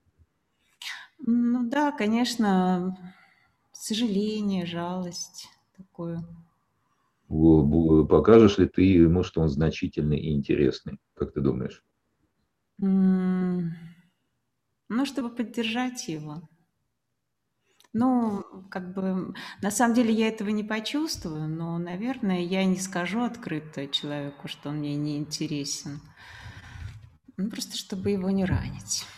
Ну да, конечно, сожаление, жалость такое. Бу- бу- Покажешь ли ты ему, что он значительный и интересный? Как ты думаешь? М, Ну, чтобы поддержать его. Ну, как бы, на самом деле я этого не почувствую, но, наверное, я не скажу открыто человеку, что он мне не интересен. Ну, просто чтобы его не ранить.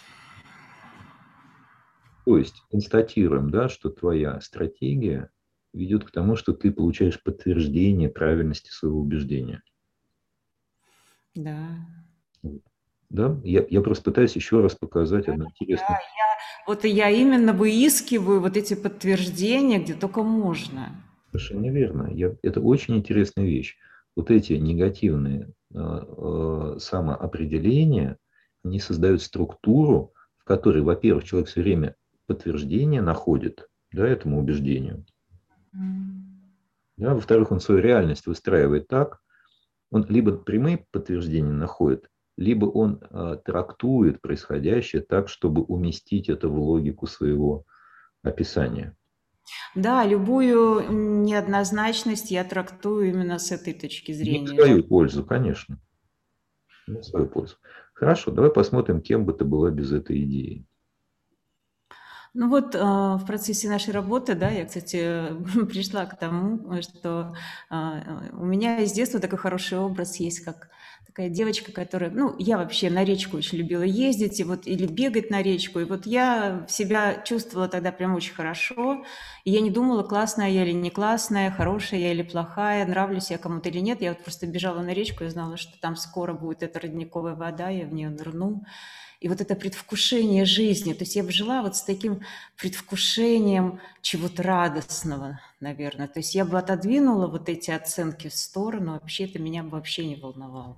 То есть констатируем, да, что твоя стратегия ведет к тому, что ты получаешь подтверждение правильности своего убеждения. Да. Да? Я, я просто пытаюсь еще раз показать одну Да, интересную. я, вот и я именно выискиваю вот эти подтверждения, где только можно. Совершенно верно. Я, это очень интересная вещь. Вот эти негативные э, э, самоопределения, они создают структуру, в которой, во-первых, человек все время подтверждение находит, да, этому убеждению. М. Да, во-вторых, он свою реальность выстраивает так, он либо прямые подтверждения находит, либо он э, трактует происходящее так, чтобы уместить это в логику своего описания. Да, любую неоднозначность я трактую именно с этой точки Не в зрения. свою пользу, конечно. Не в свою пользу. Хорошо, давай посмотрим, кем бы ты была без этой идеи. Ну вот а, в процессе нашей работы, да, я, кстати, пришла к тому, э, что а, у меня из детства такой хороший образ есть, как такая девочка, которая, ну, я вообще на речку очень любила ездить, и вот, или бегать на речку, и вот я себя чувствовала тогда прям очень хорошо, и я не думала, классная я или не классная, хорошая я или плохая, нравлюсь я кому-то или нет, я вот просто бежала на речку и знала, что там скоро будет эта родниковая вода, я в нее нырну, и вот это предвкушение жизни, то есть я бы жила вот с таким предвкушением чего-то радостного, наверное. То есть я бы отодвинула вот эти оценки в сторону, вообще это меня бы вообще не волновало.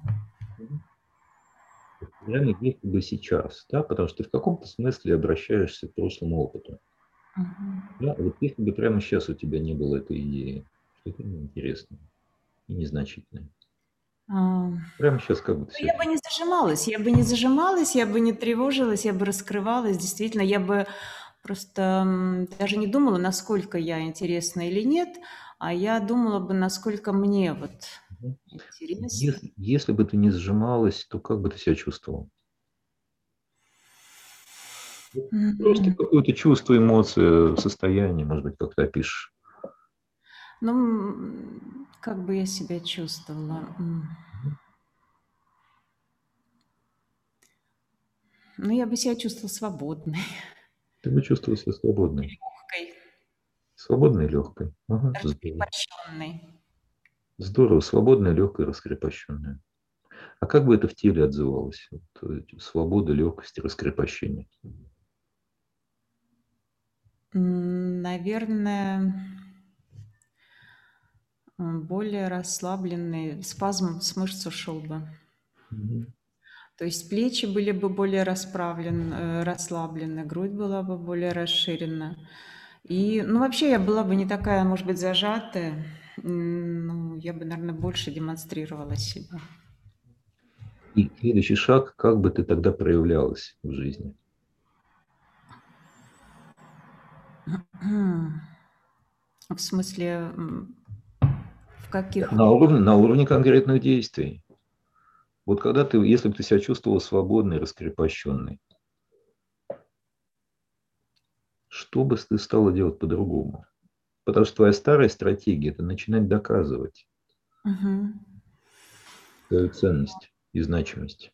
Реально, если бы сейчас, да, потому что ты в каком-то смысле обращаешься к прошлому опыту. Мгм. Да, вот если бы прямо сейчас у тебя не было этой идеи, что-то неинтересное и незначительное. А, Прямо сейчас как бы ты Ну, себя... я бы не зажималась, я бы не зажималась, я бы не тревожилась, я бы раскрывалась. Действительно, я бы просто м, даже не думала, насколько я интересна или нет, а я думала бы, насколько мне вот Мгм. интересно. Если, если бы ты не сжималась, то как бы ты себя чувствовал? Просто М, какое-то чувство, эмоция, состояние, может быть, как ты опишешь. Ну, м, как бы я себя чувствовала? М. Ну, я бы себя чувствовала свободной, Ты бы чувствовал себя свободной. легкой, Свободной и легкой. Ага, здорово. раскрепощенной. Здорово, свободная, легкая, раскрепощенная. А как бы это в теле отзывалось? Вот, э, свобода, легкость, раскрепощение. М, Наверное, м, более расслабленный, спазм с мышц ушел бы. Мгм. То есть плечи были бы более расправлены, э, расслаблены, грудь была бы более расширена. И, ну, вообще я была бы не такая, может быть, зажатая. М, Ну, я бы, наверное, больше демонстрировала себя. И следующий шаг, как бы ты тогда проявлялась в жизни? В смысле, м, в каких... На уровне, на уровне конкретных действий. Вот когда ты, если бы ты себя чувствовал свободной, раскрепощенной, что бы ты стала делать по-другому? Потому что твоя старая стратегия – это начинать доказывать Мгм. свою ценность и значимость.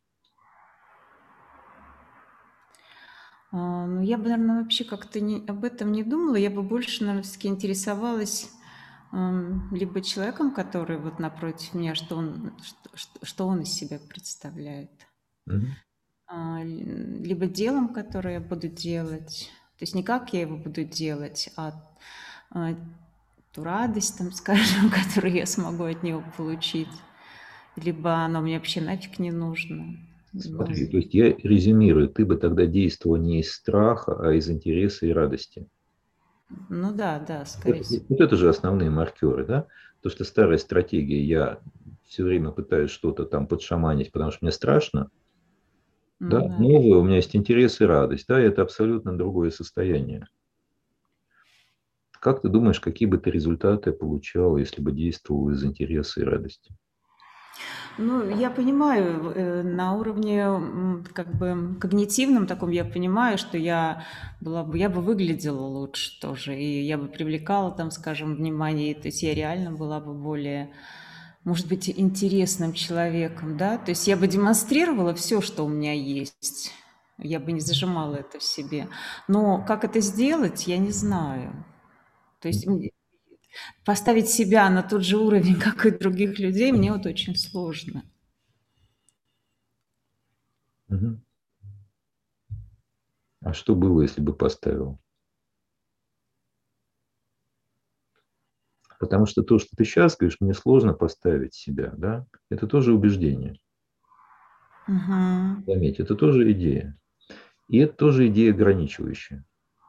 А, Ну, я бы, наверное, вообще как-то не, об этом не думала. Я бы больше, наверное, все-таки интересовалась м, либо человеком, который вот напротив меня, что он, что, что- что он из себя представляет, Мгм. а, л- либо делом, которое я буду делать. То есть не как я его буду делать, а, а, ту радость, там, скажем, которую я смогу от него получить. Либо оно мне вообще нафиг не нужно. Ну, Смотри, то есть я резюмирую, ты бы тогда действовал не из страха, а из интереса и радости. ну да, да, Вот, скорее всего. вот это же основные маркеры, да? То, что старая стратегия, я все время пытаюсь что-то там подшаманить, потому что мне страшно, да? Ну да. Новое, у меня есть интерес и радость, да, и это абсолютно другое состояние. Как ты думаешь, какие бы ты результаты получал, если бы действовал из интереса и радости? Ну, я понимаю, э, на уровне м, как бы когнитивном таком я понимаю, что я была бы, я бы выглядела лучше тоже, и я бы привлекала там, скажем, внимание, то есть я реально была бы более, может быть, интересным человеком, да, то есть я бы демонстрировала все, что у меня есть, я бы не зажимала это в себе. Но как это сделать, я не знаю. То есть м, поставить себя на тот же уровень, как и других людей, мне вот очень сложно. Мгм. А что было, если бы поставил? Потому что то, что ты сейчас говоришь, мне сложно поставить себя, да, это тоже убеждение. Мгм. Заметь, это тоже идея. И это тоже идея ограничивающая.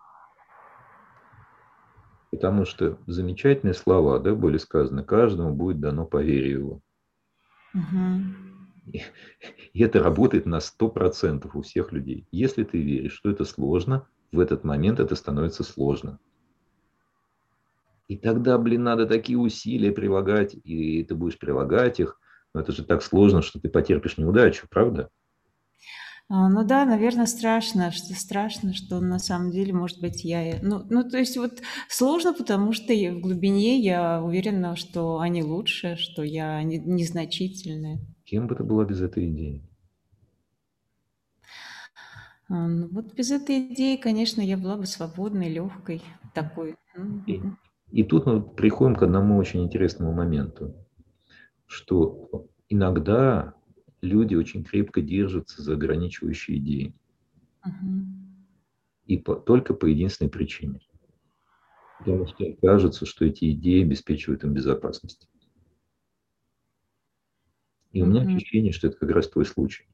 Потому что замечательные слова, да, были сказаны, каждому будет дано по вере его. Мгм. И, и это работает на сто процентов у всех людей. Если ты веришь, что это сложно, в этот момент это становится сложно. И тогда, блин, надо такие усилия прилагать, и ты будешь прилагать их, но это же так сложно, что ты потерпишь неудачу, правда? А, ну да, наверное, страшно, что страшно, что на самом деле, может быть, я... и- Ну, ну, то есть вот сложно, потому что я в глубине я уверена, что они лучше, что я не- незначительная. Кем бы ты была без этой идеи? А, ну вот без этой идеи, конечно, я была бы свободной, легкой, такой. И, М, и тут мы приходим к одному очень интересному моменту, что иногда люди очень крепко держатся за ограничивающие идеи. мгм, И по, только по единственной причине. Потому что им кажется, что эти идеи обеспечивают им безопасность. И у меня мгм, ощущение, что это как раз твой случай.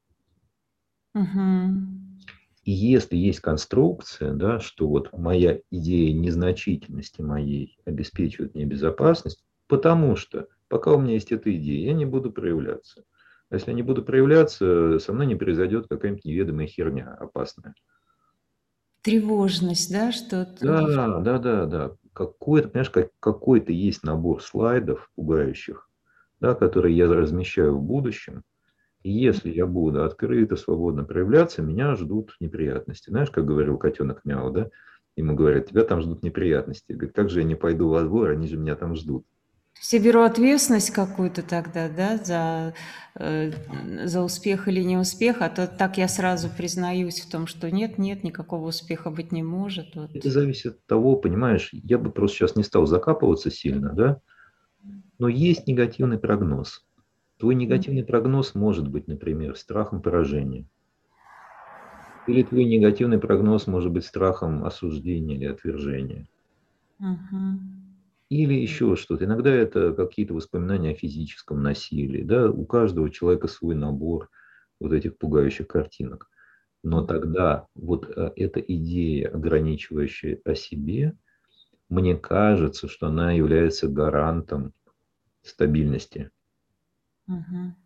мгм, И если есть конструкция, да, что вот моя идея незначительности моей обеспечивает мне безопасность, потому что пока у меня есть эта идея, я не буду проявляться. А если я не буду проявляться, со мной не произойдет какая-нибудь неведомая херня опасная. Тревожность, да, что-то. Да, да, да, да. Какой-то, понимаешь, как, какой-то есть набор слайдов пугающих, да, которые я размещаю в будущем. И если я буду открыто, свободно проявляться, меня ждут неприятности. Знаешь, как говорил котенок Мяу, да? Ему говорят, тебя там ждут неприятности. Говорит, как же я не пойду во двор, они же меня там ждут. Все беру ответственность какую-то тогда, да, за, э, за успех или неуспех, а то так я сразу признаюсь в том, что нет, нет, никакого успеха быть не может. Вот. Это зависит от того, понимаешь, я бы просто сейчас не стал закапываться сильно, да? Но есть негативный прогноз. Твой негативный прогноз может быть, например, страхом поражения. Или твой негативный прогноз может быть страхом осуждения или отвержения. Мгм. Или еще что-то. Иногда это какие-то воспоминания о физическом насилии. Да? У каждого человека свой набор вот этих пугающих картинок. Но тогда вот э, эта идея, ограничивающая о себе, мне кажется, что она является гарантом стабильности. Мгм.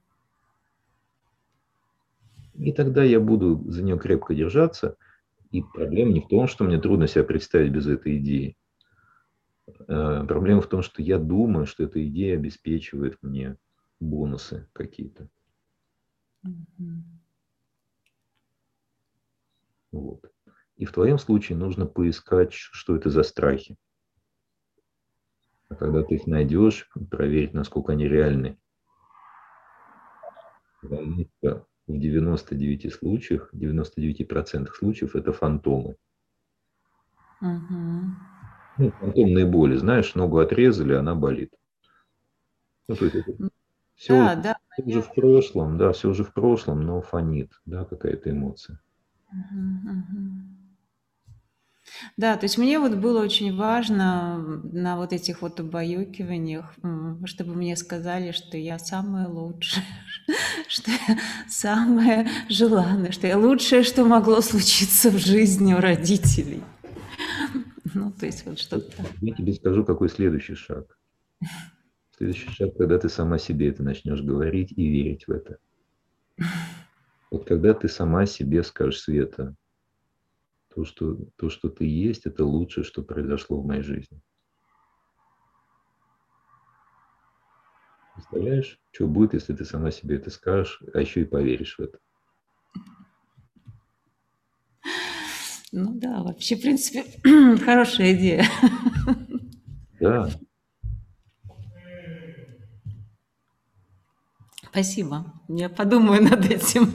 И тогда я буду за нее крепко держаться. И проблема не в том, что мне трудно себя представить без этой идеи. Э, Проблема в том, что я думаю, что эта идея обеспечивает мне бонусы какие-то. Мгм. Вот. И в твоем случае нужно поискать, что это за страхи. А когда ты их найдешь, проверить, насколько они реальны. Потому что в девяноста девяти случаях, в девяноста девяти процентах случаев это фантомы. Мгм. Ну, фантомные боли. Знаешь, ногу отрезали, она болит. Ну, то есть это все уже, Да, да, всё уже в понятно. прошлом, да, все уже в прошлом, но фонит, да, какая-то эмоция. Мгм, мгм. Да, то есть мне вот было очень важно м, на вот этих вот убаюкиваниях, м, чтобы мне сказали, что я самая лучшая, что я самая желанная, что я лучшее, что могло случиться в жизни у родителей. Ну, то есть вот что-то так. Я тебе скажу, какой следующий шаг. Следующий шаг, когда ты сама себе это начнешь говорить и верить в это. Вот когда ты сама себе скажешь, Света, то, что, то, что ты есть, это лучшее, что произошло в моей жизни. Представляешь, что будет, если ты сама себе это скажешь, а еще и поверишь в это? Ну да, вообще, в принципе, хорошая идея. Да, Спасибо. Я подумаю над этим.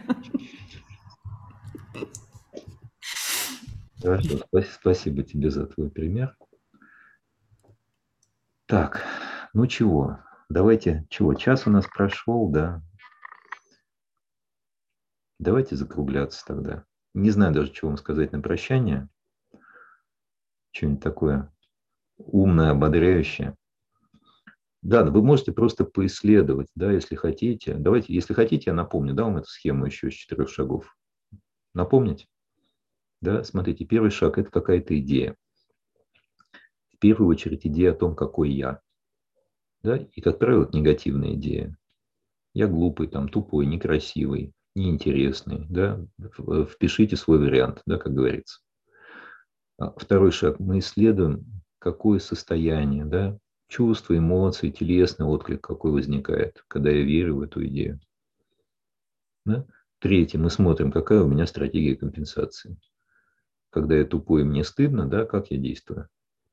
хорошо. Спа- Спасибо тебе за твой пример. Так, ну чего? Давайте, чего? Час у нас прошел, да? Давайте закругляться тогда. Не знаю даже, что вам сказать на прощание. Что-нибудь такое умное, ободряющее. Да, вы можете просто поисследовать, да, если хотите. Давайте, если хотите, я напомню, да, вам эту схему еще из четырех шагов. Напомнить? Да, смотрите, первый шаг – это какая-то идея. В первую очередь идея о том, какой я. Да, и, как правило, это негативная идея. Я глупый, там, тупой, некрасивый, неинтересный. Да? Впишите свой вариант, да, как говорится. Второй шаг. Мы исследуем, какое состояние, да, чувства, эмоции, телесный отклик какой возникает, когда я верю в эту идею. Да? Третье. Мы смотрим, какая у меня стратегия компенсации. Когда я тупой, мне стыдно, да, как я действую.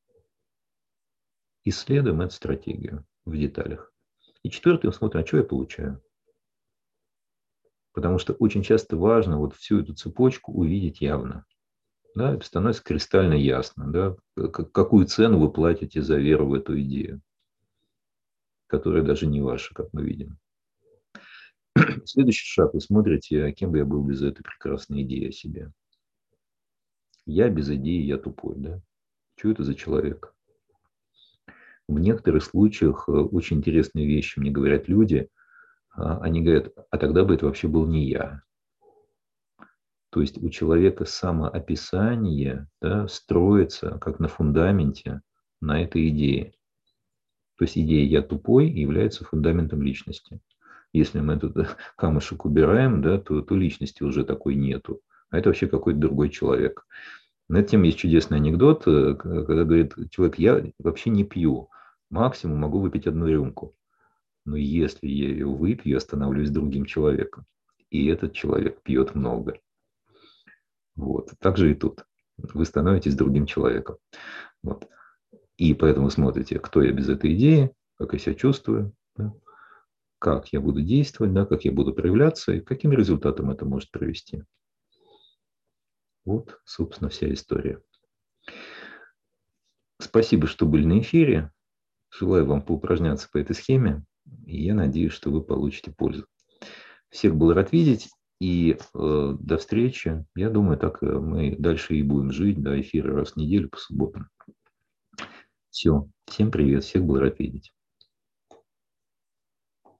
Исследуем эту стратегию в деталях. И четвертое, мы смотрим, а что я получаю. Потому что очень часто важно вот всю эту цепочку увидеть явно. Да, это становится кристально ясно, да, какую цену вы платите за веру в эту идею, которая даже не ваша, как мы видим. Следующий шаг. Вы смотрите, а кем бы я был без этой прекрасной идеи о себе. Я без идеи, я тупой. Да? Что это за человек? В некоторых случаях очень интересные вещи мне говорят люди. Они говорят, а тогда бы это вообще был не я. То есть у человека самоописание, да, строится как на фундаменте на этой идее. То есть идея «я тупой» является фундаментом личности. Если мы этот камушек убираем, да, то, то личности уже такой нету. А это вообще какой-то другой человек. На эту тему есть чудесный анекдот, когда говорит человек, я вообще не пью, максимум могу выпить одну рюмку. Но если я ее выпью, я становлюсь другим человеком. И этот человек пьет много. Вот. Так же и тут. Вы становитесь другим человеком. Вот. И поэтому смотрите, кто я без этой идеи, как я себя чувствую, да, как я буду действовать, да, как я буду проявляться и к каким результатам это может привести. Вот, собственно, вся история. Спасибо, что были на эфире. Желаю вам поупражняться по этой схеме. И я надеюсь, что вы получите пользу. Всех был рад видеть. И э, до встречи. Я думаю, так мы дальше и будем жить. Да, эфиры раз в неделю по субботам. Все. Всем привет. Всех был рад видеть.